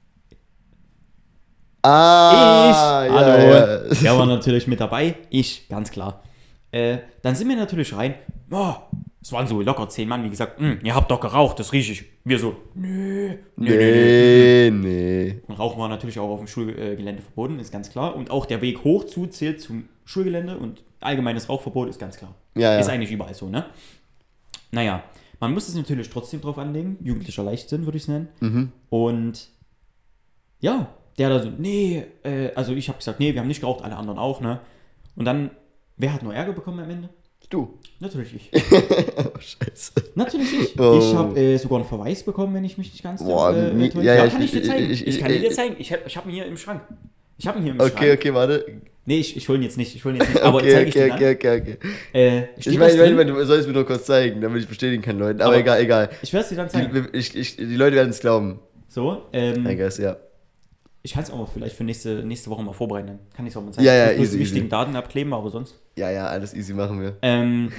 Speaker 1: Ah,
Speaker 2: ich,
Speaker 1: ja,
Speaker 2: hallo,
Speaker 1: ja.
Speaker 2: der war natürlich mit dabei. Ich, ganz klar. Äh, dann sind wir natürlich rein. Oh, es waren so locker zehn Mann, wie gesagt, "Hm, ihr habt doch geraucht, das riech ich." Wir so, nö, nö, nö, nö.
Speaker 1: Nee, nee.
Speaker 2: Und Rauchen war natürlich auch auf dem Schulgelände verboten, ist ganz klar. Und auch der Weg hoch zu zählt zum Schulgelände und allgemeines Rauchverbot ist ganz klar.
Speaker 1: Ja, ja.
Speaker 2: Ist eigentlich überall so, ne? Naja, man muss es natürlich trotzdem drauf anlegen. Jugendlicher Leichtsinn, würde ich es nennen.
Speaker 1: Mhm.
Speaker 2: Und ja, der da so, nee, äh, also ich habe gesagt, nee, wir haben nicht geraucht, alle anderen auch, ne? Und dann, wer hat nur Ärger bekommen am Ende?
Speaker 1: Du.
Speaker 2: Natürlich ich.
Speaker 1: Oh, scheiße.
Speaker 2: Natürlich ich.
Speaker 1: Oh.
Speaker 2: Ich habe äh, sogar einen Verweis bekommen, wenn ich mich nicht ganz
Speaker 1: Boah,
Speaker 2: äh,
Speaker 1: nie-
Speaker 2: täusche.
Speaker 1: ja, ja,
Speaker 2: kann
Speaker 1: ich-
Speaker 2: ich dir zeigen. Ich,
Speaker 1: ich- ich-
Speaker 2: kann dir
Speaker 1: ich-
Speaker 2: zeigen. Ich habe ich hab ihn hier im Schrank. Ich habe ihn hier im
Speaker 1: Okay,
Speaker 2: Schrank.
Speaker 1: okay, warte.
Speaker 2: Nee, ich, ich hole ihn jetzt nicht. Ich hole ihn jetzt nicht. Aber
Speaker 1: Okay,
Speaker 2: zeige ich
Speaker 1: okay,
Speaker 2: dir
Speaker 1: okay, okay, okay.
Speaker 2: dann. Äh,
Speaker 1: Ich
Speaker 2: steht
Speaker 1: meine,
Speaker 2: was
Speaker 1: ich meine,
Speaker 2: drin?
Speaker 1: du sollst mir nur kurz zeigen, damit ich bestätigen kann, Leuten. Aber,
Speaker 2: Aber-
Speaker 1: egal, egal.
Speaker 2: Ich werde es dir dann zeigen.
Speaker 1: Die, ich, ich, die Leute werden es glauben.
Speaker 2: So, ähm,
Speaker 1: I guess, ja.
Speaker 2: ich kann es auch vielleicht für nächste, nächste Woche mal vorbereiten. Dann kann ich es auch mal zeigen.
Speaker 1: Ja, ja,
Speaker 2: ich muss bloß
Speaker 1: easy,
Speaker 2: die wichtigen
Speaker 1: easy.
Speaker 2: Daten abkleben, aber sonst.
Speaker 1: Ja, ja, alles easy machen wir.
Speaker 2: Ähm,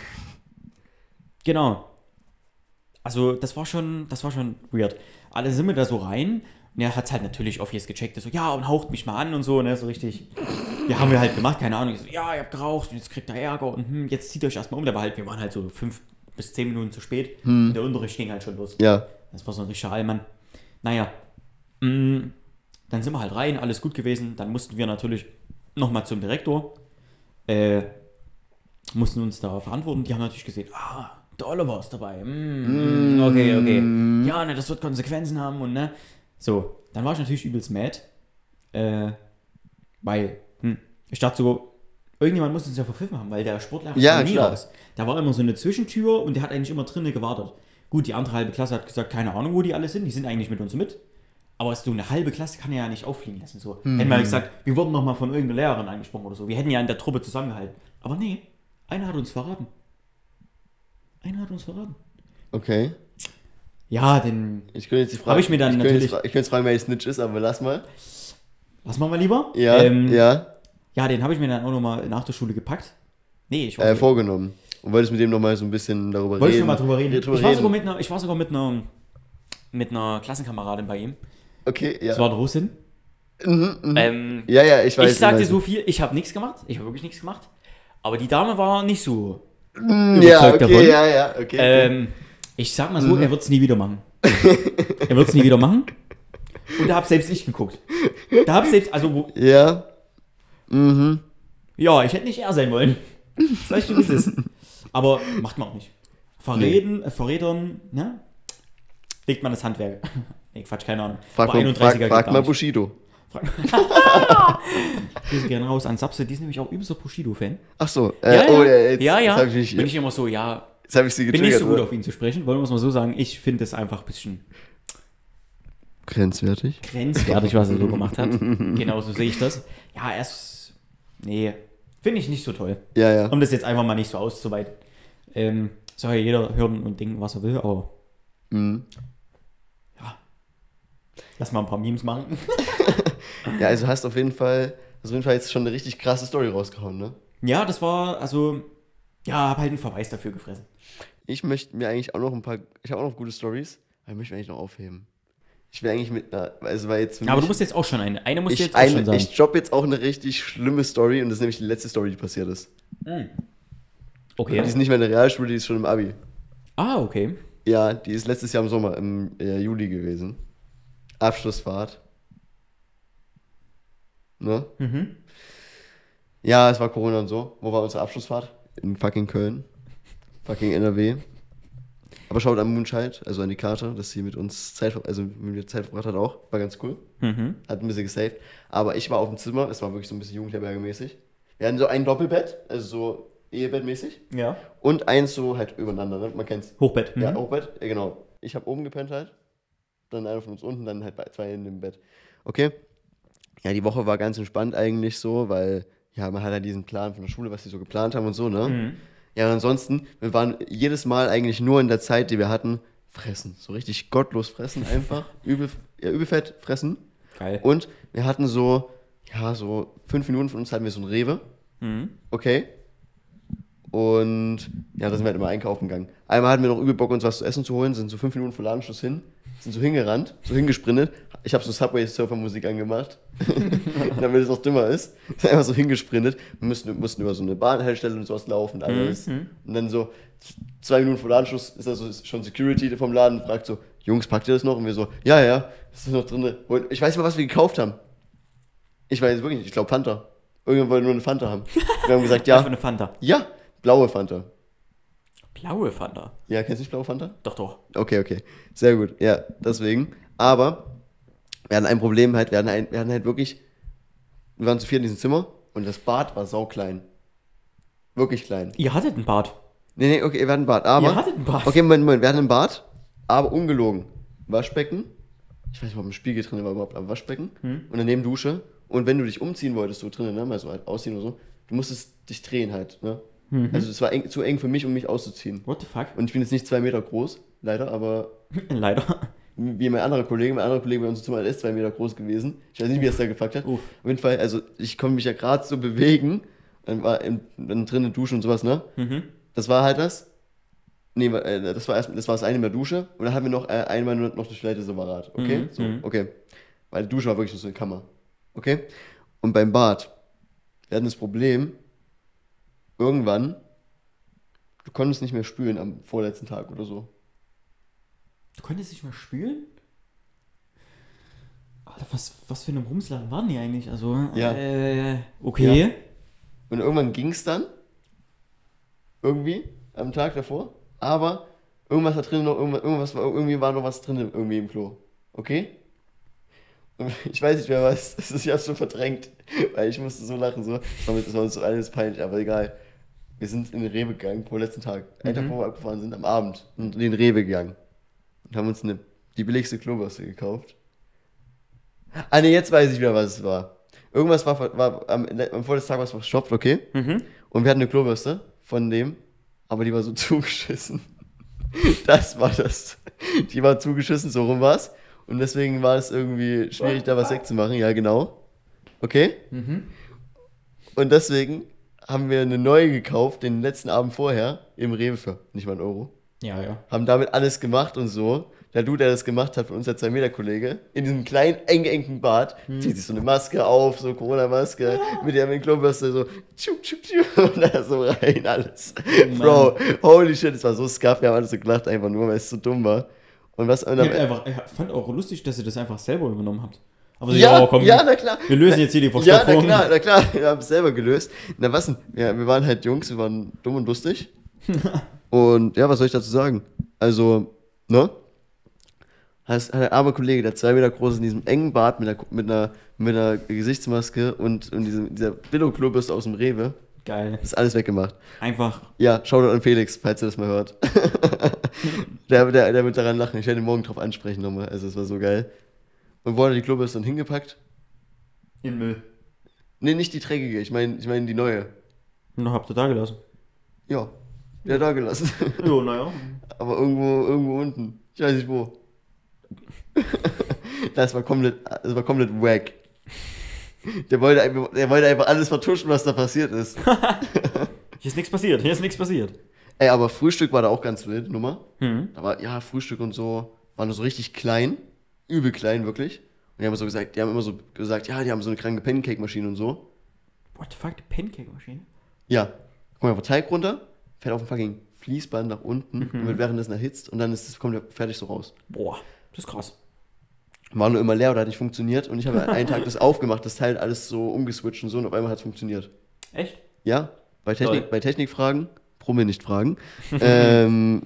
Speaker 2: genau. Also, das war schon, das war schon weird. Alle sind wir da so rein und er hat halt natürlich obvious gecheckt, so, ja, und haucht mich mal an und so, ne, so richtig. Ja, haben wir halt gemacht, keine Ahnung. Ich so, ja, ihr habt geraucht und jetzt kriegt er Ärger und hm, jetzt zieht euch erstmal um. Aber halt, wir waren halt so fünf bis zehn Minuten zu spät und der Unterricht ging halt schon los.
Speaker 1: Ja.
Speaker 2: Das war so ein richtiger Allmann. Naja, mh, dann sind wir halt rein, alles gut gewesen. Dann mussten wir natürlich nochmal zum Direktor. Äh, mussten uns da verantworten. Die haben natürlich gesehen, ah, der Oliver ist dabei. Mm, mm, okay, okay. Ja, ne, das wird Konsequenzen haben und ne. So, dann war ich natürlich übelst mad. Äh, weil, hm, ich dachte so, irgendjemand muss uns ja verpfiffen haben, weil der Sportlehrer
Speaker 1: Ja,
Speaker 2: kam nie
Speaker 1: klar.
Speaker 2: raus. Da war immer so eine Zwischentür und der hat eigentlich immer drinnen gewartet. Gut, die andere halbe Klasse hat gesagt, keine Ahnung, wo die alle sind, die sind eigentlich mit uns mit. Aber so eine halbe Klasse kann er ja nicht auffliegen lassen. So.
Speaker 1: Mhm.
Speaker 2: Hätten wir gesagt, wir wurden noch mal von irgendeiner Lehrerin angesprochen oder so. Wir hätten ja in der Truppe zusammengehalten. Aber nee, einer hat uns verraten. Einer hat uns verraten.
Speaker 1: Okay.
Speaker 2: Ja, den.
Speaker 1: Ich könnte jetzt die Frage.
Speaker 2: Hab ich mir dann
Speaker 1: ich könnte
Speaker 2: natürlich-
Speaker 1: Jetzt, fra- ich könnte jetzt fragen, wer die Snitch ist, aber lass mal.
Speaker 2: Was machen wir lieber?
Speaker 1: Ja,
Speaker 2: Ähm,
Speaker 1: ja.
Speaker 2: Ja, den habe ich mir dann auch noch mal nach der Schule gepackt. Nee, ich war,
Speaker 1: Äh,
Speaker 2: so,
Speaker 1: vorgenommen. Und wolltest mit dem nochmal so ein bisschen darüber
Speaker 2: wollte ich
Speaker 1: reden.
Speaker 2: schon mal drüber reden.
Speaker 1: Drüber
Speaker 2: Ich war,
Speaker 1: reden.
Speaker 2: sogar mit einer, ich war sogar mit einer, mit einer Klassenkameradin bei ihm.
Speaker 1: Okay, ja.
Speaker 2: Das war der Russin.
Speaker 1: Mhm, mhm.
Speaker 2: Ähm,
Speaker 1: ja, ja, ich weiß.
Speaker 2: ich sag dir
Speaker 1: weiß.
Speaker 2: so viel, ich habe nichts gemacht. Ich habe wirklich nichts gemacht. Aber die Dame war nicht so
Speaker 1: Mm, Ja,
Speaker 2: überzeugt
Speaker 1: okay,
Speaker 2: davon.
Speaker 1: ja, ja, okay. okay.
Speaker 2: Ähm, ich sag mal so,
Speaker 1: Mhm.
Speaker 2: er wird es nie wieder machen. er wird es nie wieder machen. Und da hab selbst ich geguckt. Da hab selbst, also, wo,
Speaker 1: Ja. Mhm.
Speaker 2: ja, ich hätte nicht er sein wollen. Sag ich dir, wie es ist. Aber macht man auch nicht. Verräten, nee. äh, Verrätern, ne? Legt man das Handwerk. Nee, Quatsch, keine Ahnung.
Speaker 1: Frag
Speaker 2: Aber
Speaker 1: mal,
Speaker 2: einunddreißiger
Speaker 1: frag, frag
Speaker 2: geht
Speaker 1: mal
Speaker 2: gar
Speaker 1: Bushido.
Speaker 2: Grüße gerne raus an Sapse, die ist nämlich auch übelster Bushido-Fan.
Speaker 1: Ach so, äh,
Speaker 2: ja, ja.
Speaker 1: oh ja, jetzt,
Speaker 2: ja, ja.
Speaker 1: Jetzt hab ich mich,
Speaker 2: bin ich immer so, ja,
Speaker 1: jetzt hab ich sie
Speaker 2: bin nicht so gut
Speaker 1: oder?
Speaker 2: auf ihn zu sprechen, wollen wir es mal so sagen. Ich finde es einfach ein bisschen
Speaker 1: grenzwertig.
Speaker 2: Grenzwertig, was er so gemacht hat. Genau so sehe ich das. Ja, er ist, nee, finde ich nicht so toll.
Speaker 1: Ja, ja.
Speaker 2: Um das jetzt einfach mal nicht so auszuweiten. Ähm, soll ja jeder hören und denken, was er will, aber
Speaker 1: mhm.
Speaker 2: ja, lass mal ein paar Memes machen.
Speaker 1: Ja, also hast auf jeden Fall, hast auf jeden Fall jetzt schon eine richtig krasse Story rausgehauen, ne?
Speaker 2: Ja, das war, also, ja, hab halt einen Verweis dafür gefressen.
Speaker 1: Ich möchte mir eigentlich auch noch ein paar, ich habe auch noch gute Stories, aber ich möchte mir eigentlich noch aufheben. Ich will eigentlich mit einer, also weil jetzt für
Speaker 2: ja, aber
Speaker 1: mich,
Speaker 2: du musst jetzt auch schon eine, eine musst
Speaker 1: ich,
Speaker 2: du jetzt auch
Speaker 1: eine,
Speaker 2: schon sagen.
Speaker 1: Ich droppe jetzt auch eine richtig schlimme Story und das ist nämlich die letzte Story, die passiert ist.
Speaker 2: Mhm. Okay.
Speaker 1: Die ist nicht mehr in der Realschule, die ist schon im Abi.
Speaker 2: Ah, okay.
Speaker 1: Ja, die ist letztes Jahr im Sommer, im äh, Juli gewesen. Abschlussfahrt. Ne?
Speaker 2: Mhm.
Speaker 1: Ja, es war Corona und so. Wo war unsere Abschlussfahrt? In fucking Köln. Fucking N R W. Aber schaut an Moonchild, also an die Karte, dass sie mit uns Zeit, also mit mir Zeit verbracht hat auch. War ganz cool.
Speaker 2: Mhm.
Speaker 1: Hat ein bisschen gesaved. Aber ich war auf dem Zimmer, es war wirklich so ein bisschen Jugendherberge-mäßig. Wir hatten so ein Doppelbett, also so Ehebettmäßig.
Speaker 2: Ja.
Speaker 1: Und eins so halt übereinander, ne? Man kennt's.
Speaker 2: Hochbett. Mhm.
Speaker 1: Ja, Hochbett, ja genau. Ich habe oben gepennt halt. Dann einer von uns unten, dann halt zwei in dem Bett. Okay. Ja, die Woche war ganz entspannt eigentlich so, weil ja, man hat halt diesen Plan von der Schule, was die so geplant haben und so, ne?
Speaker 2: Mhm.
Speaker 1: Ja, und ansonsten, wir waren jedes Mal eigentlich nur in der Zeit, die wir hatten, fressen. So richtig gottlos fressen einfach. Übel, ja, übelfett fressen.
Speaker 2: Geil.
Speaker 1: Und wir hatten so, ja, so fünf Minuten von uns hatten wir so ein Rewe.
Speaker 2: Mhm.
Speaker 1: Okay. Und ja, da sind wir halt immer einkaufen gegangen. Einmal hatten wir noch übel Bock, uns was zu essen zu holen, sind so fünf Minuten vor Ladenschluss hin, sind so hingerannt, so hingesprintet. Ich habe so Subway-Surfer-Musik angemacht, damit es noch dümmer ist. Sind einfach so hingesprintet. Wir mussten, mussten über so eine Bahnhaltestelle und sowas laufen und alles.
Speaker 2: Mhm.
Speaker 1: Und dann so zwei Minuten vor Ladenschluss ist also schon Security vom Laden, fragt so, Jungs, packt ihr das noch? Und wir so, ja, ja, das ist noch drin. Ich weiß nicht mal, was wir gekauft haben. Ich weiß wirklich nicht, ich glaube Fanta. Irgendwann wollte nur eine Fanta haben. Wir haben gesagt, ja.
Speaker 2: Was für eine Fanta?
Speaker 1: Ja, blaue Fanta.
Speaker 2: Blaue Fanta?
Speaker 1: Ja, kennst du nicht blaue Fanta?
Speaker 2: Doch, doch.
Speaker 1: Okay, okay. Sehr gut. Ja, deswegen. Aber wir hatten ein Problem halt, wir hatten, ein, wir hatten halt wirklich, wir waren zu viert in diesem Zimmer und das Bad war sauklein. Wirklich klein.
Speaker 2: Ihr hattet ein Bad.
Speaker 1: Nee, nee, okay, wir hatten ein Bad, aber...
Speaker 2: Ihr hattet ein Bad.
Speaker 1: Okay, Moment, Moment, wir hatten ein Bad, aber ungelogen. Waschbecken, ich weiß nicht, ob ein Spiegel drin war überhaupt, aber Waschbecken
Speaker 2: Hm.
Speaker 1: und daneben Dusche. Und wenn du dich umziehen wolltest, so drinnen, ne, mal so halt ausziehen oder so, du musstest dich drehen halt, ne?
Speaker 2: Mhm.
Speaker 1: Also es war eng, zu eng für mich, um mich auszuziehen.
Speaker 2: What the fuck?
Speaker 1: Und ich bin jetzt nicht zwei Meter groß, leider, aber
Speaker 2: Leider.
Speaker 1: wie mein anderer Kollege, mein anderer Kollege bei uns im Zimmer ist zwei Meter groß gewesen. Ich weiß nicht, wie er es da gepackt hat.
Speaker 2: Uff.
Speaker 1: Auf jeden Fall, also ich konnte mich ja gerade so bewegen, dann war im, dann drinnen duschen und sowas, ne?
Speaker 2: Mhm.
Speaker 1: Das war halt das. Nee, äh, das war erst, das war das eine mit der Dusche und dann hatten wir noch äh, einmal nur noch eine Toilette separat, okay?
Speaker 2: Mhm,
Speaker 1: So,
Speaker 2: mhm.
Speaker 1: okay. Weil die Dusche war wirklich so eine Kammer, okay? Und beim Bad, wir hatten das Problem, irgendwann, du konntest nicht mehr spülen am vorletzten Tag oder so.
Speaker 2: Du konntest nicht mehr spülen? Alter, was, was für eine Rumsladen waren die eigentlich? Also,
Speaker 1: Ja.
Speaker 2: äh, okay.
Speaker 1: Ja. Und irgendwann ging es dann, irgendwie, am Tag davor, aber irgendwas da drin noch, irgendwas, irgendwas war, irgendwie war noch was drin irgendwie im Klo, okay? Und ich weiß nicht mehr was, das ist ja so verdrängt, weil ich musste so lachen, so, das war, das war uns so alles peinlich, aber egal. Wir sind in den Rewe gegangen, vor letzten Tag, einen Tag
Speaker 2: Mhm.
Speaker 1: bevor wir abgefahren sind, am Abend, und in den Rewe gegangen und haben uns eine, die billigste Klobürste gekauft. Ah ne, jetzt weiß ich wieder, was es war. Irgendwas war, war am, am vorletzten Tag was verstopft, okay?
Speaker 2: Mhm.
Speaker 1: Und wir hatten eine Klobürste von dem, aber die war so zugeschissen. Das war das. Die war zugeschissen, so rum war's. Und deswegen war es irgendwie schwierig, da was wegzumachen. Ja, genau. Okay?
Speaker 2: Mhm.
Speaker 1: Und deswegen haben wir eine neue gekauft, den letzten Abend vorher, im Rewe für nicht mal einen Euro.
Speaker 2: Ja, ja.
Speaker 1: Haben damit alles gemacht und so. Der Dude, der das gemacht hat, von uns, der zwei Meter Kollege, in diesem kleinen, eng, engen Bad,
Speaker 2: Hm.
Speaker 1: zieht sich so eine Maske auf, so Corona-Maske, mit der mit Klobürste so, tschup, tschup, tschup, und da so rein, alles.
Speaker 2: Mann.
Speaker 1: Bro, holy shit, es war so scuff, wir haben alles so gelacht, einfach nur, weil es so dumm war. Und was, und
Speaker 2: Ich,
Speaker 1: am,
Speaker 2: hab einfach, ich fand auch lustig, dass ihr das einfach selber übernommen habt. Aber so,
Speaker 1: ja,
Speaker 2: ja, komm,
Speaker 1: ja, na klar.
Speaker 2: wir lösen jetzt hier die
Speaker 1: Ja, na
Speaker 2: Verstopfung.
Speaker 1: klar, na klar, wir haben es selber gelöst. Na was denn, ja, wir waren halt Jungs, wir waren dumm und lustig. Und ja, was soll ich dazu sagen? Also, ne? Hast, hat der arme Kollege, der zwei Meter groß ist, in diesem engen Bart mit einer, mit einer, mit einer Gesichtsmaske und, und diesem, dieser Billo-Klobürste aus dem Rewe,
Speaker 2: Geil.
Speaker 1: ist alles weggemacht.
Speaker 2: Einfach.
Speaker 1: Ja, Shoutout an Felix, falls er das mal hört. der, der, der wird daran lachen. Ich werde ihn morgen drauf ansprechen nochmal. Also, es war so geil. Und wo hat er die Klobürste dann hingepackt?
Speaker 2: In Müll.
Speaker 1: Nee, nicht die dreckige, ich meine ich mein die neue.
Speaker 2: Und dann habt ihr da gelassen.
Speaker 1: Ja, der da gelassen.
Speaker 2: Jo, naja.
Speaker 1: Aber irgendwo, irgendwo unten. Ich weiß nicht wo. Das war komplett, das war komplett wack. Der wollte, einfach, der wollte einfach alles vertuschen, was da passiert ist.
Speaker 2: Hier ist nichts passiert, hier ist nichts passiert.
Speaker 1: Ey, aber Frühstück war da auch ganz wild, Nummer.
Speaker 2: Hm.
Speaker 1: Da war, ja, Frühstück und so, waren so richtig klein. Übel klein, wirklich. Und die haben so gesagt, die haben immer so gesagt, ja, die haben so eine kranke Pancake-Maschine und so.
Speaker 2: What the fuck, die Pancake-Maschine?
Speaker 1: Ja. Guck mal, einfach Teig runter, fährt auf dem fucking Fließband nach unten
Speaker 2: Mhm.
Speaker 1: und wird währenddessen erhitzt und dann ist es, kommt der fertig so raus.
Speaker 2: Boah, das ist krass.
Speaker 1: War nur immer leer oder hat nicht funktioniert und ich habe einen Tag das aufgemacht, das Teil alles so umgeswitcht und so und auf einmal hat es funktioniert.
Speaker 2: Echt?
Speaker 1: Ja, bei,
Speaker 2: Toll.
Speaker 1: Technik, bei Technikfragen, Promi nicht fragen. ähm,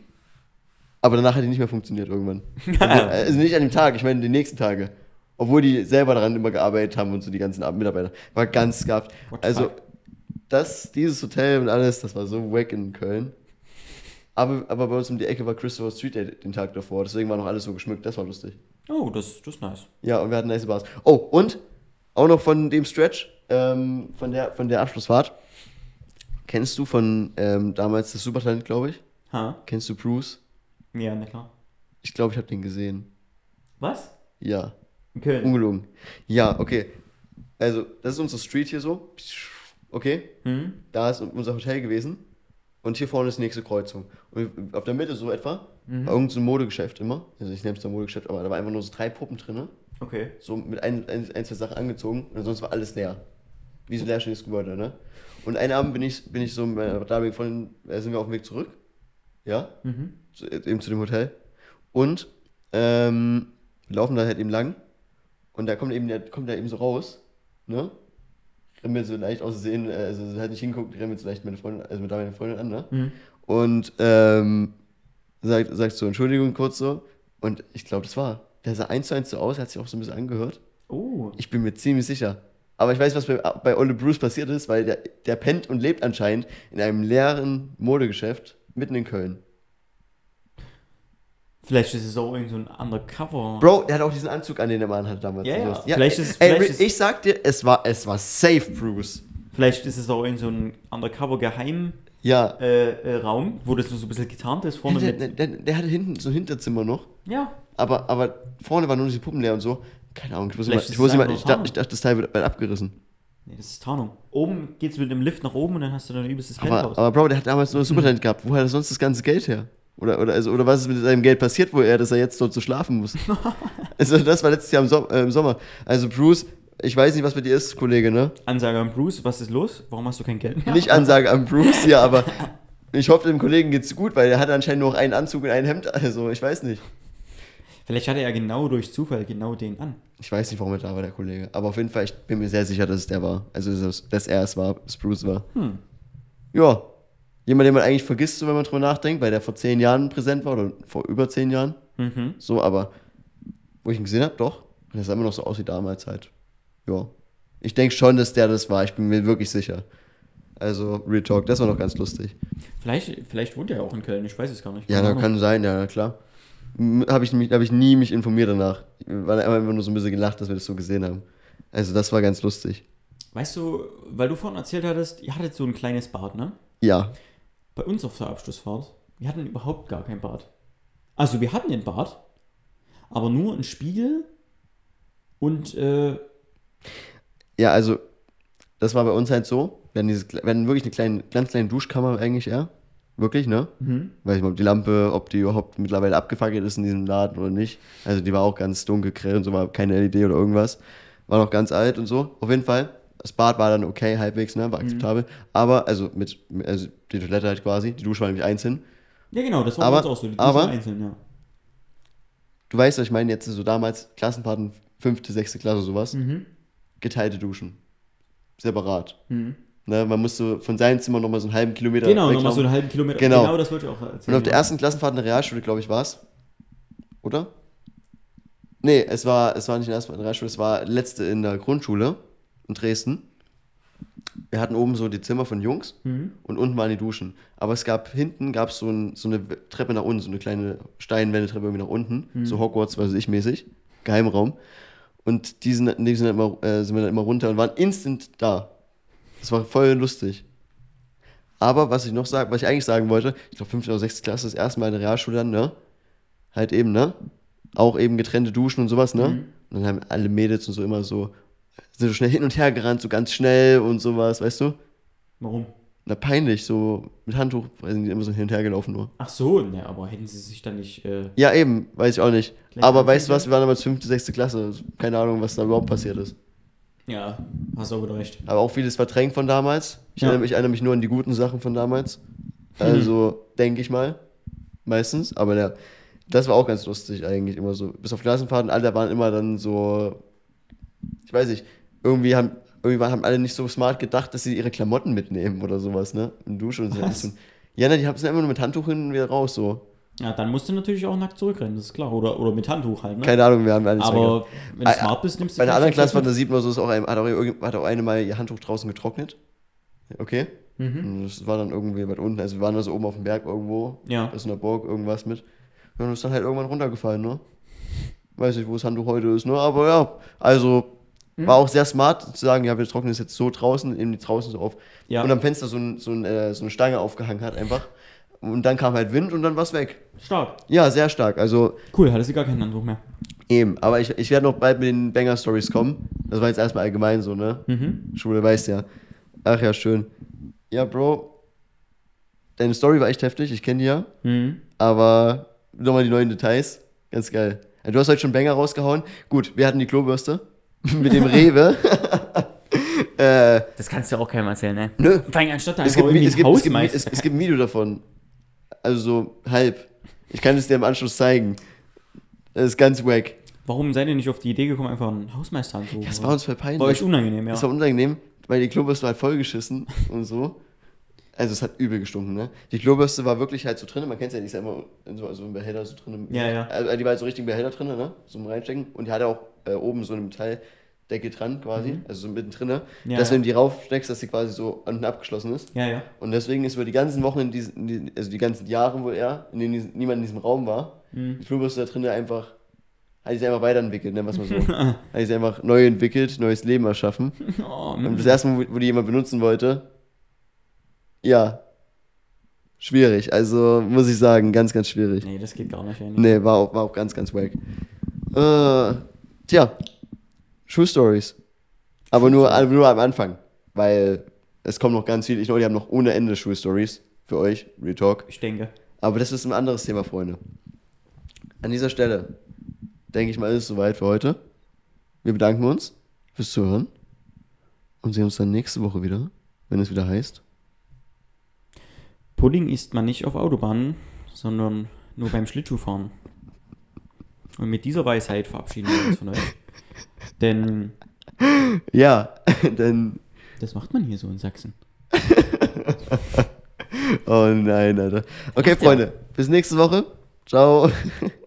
Speaker 1: aber danach hat die nicht mehr funktioniert irgendwann. Also, also nicht an dem Tag, ich meine die nächsten Tage. Obwohl die selber daran immer gearbeitet haben und so die ganzen Mitarbeiter. War ganz skarft.
Speaker 2: What the
Speaker 1: Also,
Speaker 2: fuck?
Speaker 1: das, dieses Hotel und alles, das war so wack in Köln. Aber, aber bei uns um die Ecke war Christopher Street Day den Tag davor, deswegen war noch alles so geschmückt, das war lustig.
Speaker 2: Oh, das, das ist nice.
Speaker 1: Ja, und wir hatten nice Bars. Oh, und auch noch von dem Stretch, ähm, von, der, von der Abschlussfahrt. Kennst du von ähm, damals das Supertalent, glaube ich?
Speaker 2: Ha?
Speaker 1: Kennst du Bruce?
Speaker 2: Ja, na klar.
Speaker 1: Ich glaube, ich habe den gesehen.
Speaker 2: Was?
Speaker 1: Ja,
Speaker 2: In Köln.
Speaker 1: ungelogen. Ja, okay. Also, das ist unsere Street hier so. Okay,
Speaker 2: Hm?
Speaker 1: da ist unser Hotel gewesen. Und hier vorne ist die nächste Kreuzung. Und auf der Mitte so etwa
Speaker 2: Mhm.
Speaker 1: war irgendein so ein Modegeschäft immer. Also ich nenne es da Modegeschäft, aber da war einfach nur so drei Puppen drin.
Speaker 2: Okay.
Speaker 1: So mit ein, ein, ein, zwei Sachen angezogen und sonst war alles leer. Wie so ein leerstehendes Gebäude, ne? Und einen Abend bin ich, bin ich so mit meiner damaligen Freundin, äh, sind wir auf dem Weg zurück. Ja,
Speaker 2: Mhm.
Speaker 1: zu, äh, eben zu dem Hotel. Und ähm, wir laufen da halt eben lang. Und da kommt eben, der kommt da eben so raus, ne? Remmelt so leicht aussehen, also sie hat nicht hinguckt, remmelt so leicht meine Freundin, also mit meiner Freundin an, ne?
Speaker 2: Mhm.
Speaker 1: Und ähm, sagt, sagt so, Entschuldigung, kurz so. Und ich glaube, das war. Der sah eins zu eins so aus, hat sich auch so ein bisschen angehört.
Speaker 2: Oh.
Speaker 1: Ich bin mir ziemlich sicher. Aber ich weiß, was bei, bei Olle Bruce passiert ist, weil der, der pennt und lebt anscheinend in einem leeren Modegeschäft mitten in Köln.
Speaker 2: Vielleicht ist es auch irgend so ein Undercover.
Speaker 1: Bro, der hat auch diesen Anzug an, den der Mann hat damals.
Speaker 2: Ja,
Speaker 1: und
Speaker 2: ja.
Speaker 1: sowas.
Speaker 2: Vielleicht ist es-
Speaker 1: ey,
Speaker 2: vielleicht ist-
Speaker 1: ich sag dir, es war, es war safe, Bruce.
Speaker 2: Vielleicht ist es auch irgend so ein Undercover-Geheim.
Speaker 1: Ja.
Speaker 2: Äh, äh, Raum, wo das nur so ein bisschen getarnt ist, vorne
Speaker 1: Der,
Speaker 2: mit.
Speaker 1: der, der, der hatte hinten so ein Hinterzimmer noch.
Speaker 2: Ja.
Speaker 1: Aber, aber vorne waren nur diese Puppen leer und so. Keine Ahnung, ich muss immer,
Speaker 2: Vielleicht ist
Speaker 1: ich, muss
Speaker 2: es
Speaker 1: immer,
Speaker 2: einfach
Speaker 1: ich,
Speaker 2: nur
Speaker 1: dachte, ich dachte, das Teil wird bald abgerissen.
Speaker 2: Nee, das ist Tarnung. Oben geht's mit dem Lift nach oben und dann hast du dann ein übelstes
Speaker 1: Aber,
Speaker 2: Penthouse.
Speaker 1: aber Bro, der hat damals nur ein Supertalent gehabt. Woher hat er sonst das ganze Geld her? Oder, oder, also, oder was ist mit seinem Geld passiert, wo er, dass er jetzt dort so schlafen muss? Also, das war letztes Jahr im, Som äh, im Sommer. Also, Bruce, ich weiß nicht, was bei dir ist, Kollege, ne?
Speaker 2: Ansage an Bruce, was ist los? Warum hast du kein Geld mehr?
Speaker 1: Nicht Ansage an Bruce, ja, aber ich hoffe, dem Kollegen geht's gut, weil er hat anscheinend nur noch einen Anzug und ein Hemd. Also, ich weiß nicht.
Speaker 2: Vielleicht hatte er genau durch Zufall genau den an.
Speaker 1: Ich weiß nicht, warum er da war, der Kollege. Aber auf jeden Fall, ich bin mir sehr sicher, dass es der war. Also, dass, dass er es war, dass Bruce war.
Speaker 2: Hm.
Speaker 1: Ja. Jemand, den man eigentlich vergisst, so, wenn man drüber nachdenkt, weil der vor zehn Jahren präsent war oder vor über zehn Jahren.
Speaker 2: Mhm.
Speaker 1: So, aber wo ich ihn gesehen habe, doch. Und das sah immer noch so aus wie damals halt. Ja. Ich denke schon, dass der das war. Ich bin mir wirklich sicher. Also, Real Talk, das war noch ganz lustig.
Speaker 2: Vielleicht, vielleicht wohnt er ja auch in Köln, ich weiß es gar nicht.
Speaker 1: Ja,
Speaker 2: Keine
Speaker 1: da
Speaker 2: Ahnung.
Speaker 1: kann sein, ja, na klar. Habe ich, mich- hab ich nie mich informiert danach. Weil er einfach nur so ein bisschen gelacht, dass wir das so gesehen haben. Also, das war ganz lustig.
Speaker 2: Weißt du, weil du vorhin erzählt hattest, ihr hattet so ein kleines Bad, ne?
Speaker 1: Ja.
Speaker 2: Bei uns auf der Abschlussfahrt, wir hatten überhaupt gar kein Bad. Also wir hatten ein Bad, aber nur ein Spiegel und äh,
Speaker 1: Ja, also, das war bei uns halt so. Wir hatten, dieses, wir hatten wirklich eine kleine, ganz kleine Duschkammer eigentlich, ja. Wirklich, ne?
Speaker 2: mhm.
Speaker 1: Weiß ich mal, ob die Lampe, ob die überhaupt mittlerweile abgefackelt ist in diesem Laden oder nicht. Also die war auch ganz dunkelgrell und so, war keine L E D oder irgendwas. War noch ganz alt und so. Auf jeden Fall. Das Bad war dann okay, halbwegs, ne? War akzeptabel. Aber, also mit, also die Toilette halt quasi, die Dusche war nämlich einzeln.
Speaker 2: Ja genau, das war
Speaker 1: Aber-
Speaker 2: bei uns auch so, die
Speaker 1: aber-
Speaker 2: Duschen einzeln, ja.
Speaker 1: Du weißt, was ich meine, jetzt so damals, Klassenfahrten, fünfte, sechste Klasse, sowas.
Speaker 2: Mhm.
Speaker 1: Geteilte Duschen. Separat.
Speaker 2: Mhm.
Speaker 1: Ne, man musste von seinem Zimmer nochmal so einen halben Kilometer
Speaker 2: Genau, nochmal so
Speaker 1: weglaufen.
Speaker 2: einen halben Kilometer.
Speaker 1: Genau.
Speaker 2: Genau das wollte ich auch erzählen.
Speaker 1: Und auf der ersten Klassenfahrt in der Realschule, glaube ich, war es. Oder? Nee, es war, es war nicht in der ersten in der Realschule, es war letzte in der Grundschule in Dresden. Wir hatten oben so die Zimmer von Jungs
Speaker 2: Mhm.
Speaker 1: und unten waren die Duschen. Aber es gab, hinten gab es so, ein, so eine Treppe nach unten, so eine kleine Steinwendetreppe irgendwie nach unten.
Speaker 2: Mhm.
Speaker 1: So Hogwarts, weiß ich, mäßig. Geheimraum. Und die sind, die sind, dann immer, äh, sind wir dann immer runter und waren instant da. Das war voll lustig. Aber was ich noch sag, was ich eigentlich sagen wollte, ich glaube fünfte oder sechste Klasse, das erste Mal in der Realschule dann, ne? Halt eben, ne? Auch eben getrennte Duschen und sowas, ne?
Speaker 2: Mhm.
Speaker 1: Und dann haben alle Mädels und so immer so, sind so schnell hin und her gerannt, so ganz schnell und sowas, weißt du?
Speaker 2: Warum?
Speaker 1: Na, peinlich, so mit Handtuch, weil sind die immer so hin und her gelaufen nur.
Speaker 2: Ach so, ne, aber hätten sie sich dann nicht. Äh,
Speaker 1: Ja, eben, weiß ich auch nicht.
Speaker 2: Gleich
Speaker 1: Aber
Speaker 2: anfangen
Speaker 1: weißt du was, wir waren damals fünfte, sechste Klasse, keine Ahnung, was da überhaupt passiert ist.
Speaker 2: ja, hast du auch wieder recht.
Speaker 1: Aber auch vieles verdrängt von damals. Ich,
Speaker 2: Ja.
Speaker 1: erinnere, mich, ich erinnere mich nur an die guten Sachen von damals. Also, denke ich mal. Meistens. Aber ja, das war auch ganz lustig eigentlich immer so. Bis auf Klassenfahrten, alle waren immer dann so, ich weiß nicht, irgendwie haben, irgendwie haben alle nicht so smart gedacht, dass sie ihre Klamotten mitnehmen oder sowas, ne? In Dusche und so.
Speaker 2: Was?
Speaker 1: Und, ja, ne, die haben es immer nur mit Handtuch hin und wieder raus, so.
Speaker 2: Ja, dann musst du natürlich auch nackt zurückrennen, das ist klar. Oder, oder mit Handtuch halt, ne?
Speaker 1: Keine Ahnung, wir haben alles
Speaker 2: aber wenn du
Speaker 1: Ah,
Speaker 2: smart bist, nimmst du
Speaker 1: Bei einer
Speaker 2: vielleicht
Speaker 1: anderen
Speaker 2: das
Speaker 1: Klasse, da
Speaker 2: mit.
Speaker 1: sieht man so, ist auch ein, hat, auch, irgend- hat auch eine mal ihr Handtuch draußen getrocknet. Okay.
Speaker 2: Mhm.
Speaker 1: Und das war dann irgendwie weit unten. Also wir waren da so oben auf dem Berg irgendwo.
Speaker 2: Ja.
Speaker 1: Aus einer Burg, irgendwas mit. Und ist dann halt irgendwann runtergefallen, ne? Weiß nicht, wo das Handtuch heute ist, ne? Aber ja, also
Speaker 2: Hm?
Speaker 1: war auch sehr smart zu sagen, ja, wir trocknen das jetzt so draußen, eben die draußen so auf.
Speaker 2: Ja.
Speaker 1: Und am Fenster so, ein, so, ein, äh, so eine Stange aufgehangen hat einfach. Und dann kam halt Wind und dann war's weg.
Speaker 2: Stark.
Speaker 1: Ja, sehr stark. Also
Speaker 2: Cool, hattest du gar keinen Handtuch mehr.
Speaker 1: eben. Aber ich, ich werde noch bald mit den Banger-Stories kommen. Das war jetzt erstmal allgemein so, ne?
Speaker 2: Mhm.
Speaker 1: Schule, weißt ja. Ach ja, schön. Ja, Bro. Deine Story war echt heftig, ich kenne die ja.
Speaker 2: Mhm.
Speaker 1: Aber nochmal die neuen Details. Ganz geil. Ja, du hast heute schon Banger rausgehauen. Gut, wir hatten die Klobürste. Mit dem Rewe. äh,
Speaker 2: Das kannst du auch keinem erzählen, ne?
Speaker 1: nö.
Speaker 2: Vor allem anstatt da
Speaker 1: Es
Speaker 2: einfach
Speaker 1: gibt,
Speaker 2: irgendwie
Speaker 1: es,
Speaker 2: ein
Speaker 1: gibt, es, gibt,
Speaker 2: Hausmeister.
Speaker 1: es, es gibt ein Video davon. Also so halb. Ich kann es dir im Anschluss zeigen. Das ist ganz wack.
Speaker 2: Warum seid ihr nicht auf die Idee gekommen, einfach einen Hausmeister anzurufen?
Speaker 1: Das war uns voll peinlich.
Speaker 2: War euch unangenehm, ja.
Speaker 1: Das war unangenehm, weil die Klobürste war halt vollgeschissen und so. Also es hat übel gestunken, ne? Die Klobürste war wirklich halt so drin, man kennt ja, die ist ja immer in so, so im Behälter so drin.
Speaker 2: Ja, ja.
Speaker 1: Also die war halt so richtig im Behälter drin, ne? So zum Reinstecken. Und die hatte auch äh, oben so eine Metalldecke dran quasi,
Speaker 2: Mhm.
Speaker 1: also so mittendrin, ne?
Speaker 2: Ja,
Speaker 1: dass
Speaker 2: ja.
Speaker 1: wenn du die raufsteckst, dass sie quasi so unten abgeschlossen ist.
Speaker 2: Ja, ja.
Speaker 1: Und deswegen ist über die ganzen Wochen, in diesen, in die, also die ganzen Jahre, wo er, in denen dies- niemand in diesem Raum war,
Speaker 2: Mhm.
Speaker 1: die Klobürste da drin einfach, hat die sich einfach weiterentwickelt, nennen wir es mal so. Hat die sich einfach neu entwickelt, neues Leben erschaffen.
Speaker 2: Oh,
Speaker 1: Und das erste Mal, wo, wo die jemand benutzen wollte, ja, schwierig. Also muss ich sagen, ganz, ganz schwierig.
Speaker 2: nee, das geht gar nicht. Ey.
Speaker 1: Nee, war auch, war auch ganz, ganz wack. Äh, tja, Schulstories. Aber nur, aber nur am Anfang, weil es kommt noch ganz viel. Ich glaube, die haben noch ohne Ende Schulstories für euch, Real Talk.
Speaker 2: Ich denke.
Speaker 1: Aber das ist ein anderes Thema, Freunde. An dieser Stelle, denke ich mal, ist es soweit für heute. Wir bedanken uns fürs Zuhören und sehen uns dann nächste Woche wieder, wenn es wieder heißt.
Speaker 2: Pudding isst man nicht auf Autobahnen, sondern nur beim Schlittschuhfahren. Und mit dieser Weisheit verabschieden wir uns von euch. Denn
Speaker 1: Ja, denn.
Speaker 2: das macht man hier so in Sachsen.
Speaker 1: Oh nein, Alter. Okay,
Speaker 2: Macht ja.
Speaker 1: Freunde, bis nächste Woche. Ciao.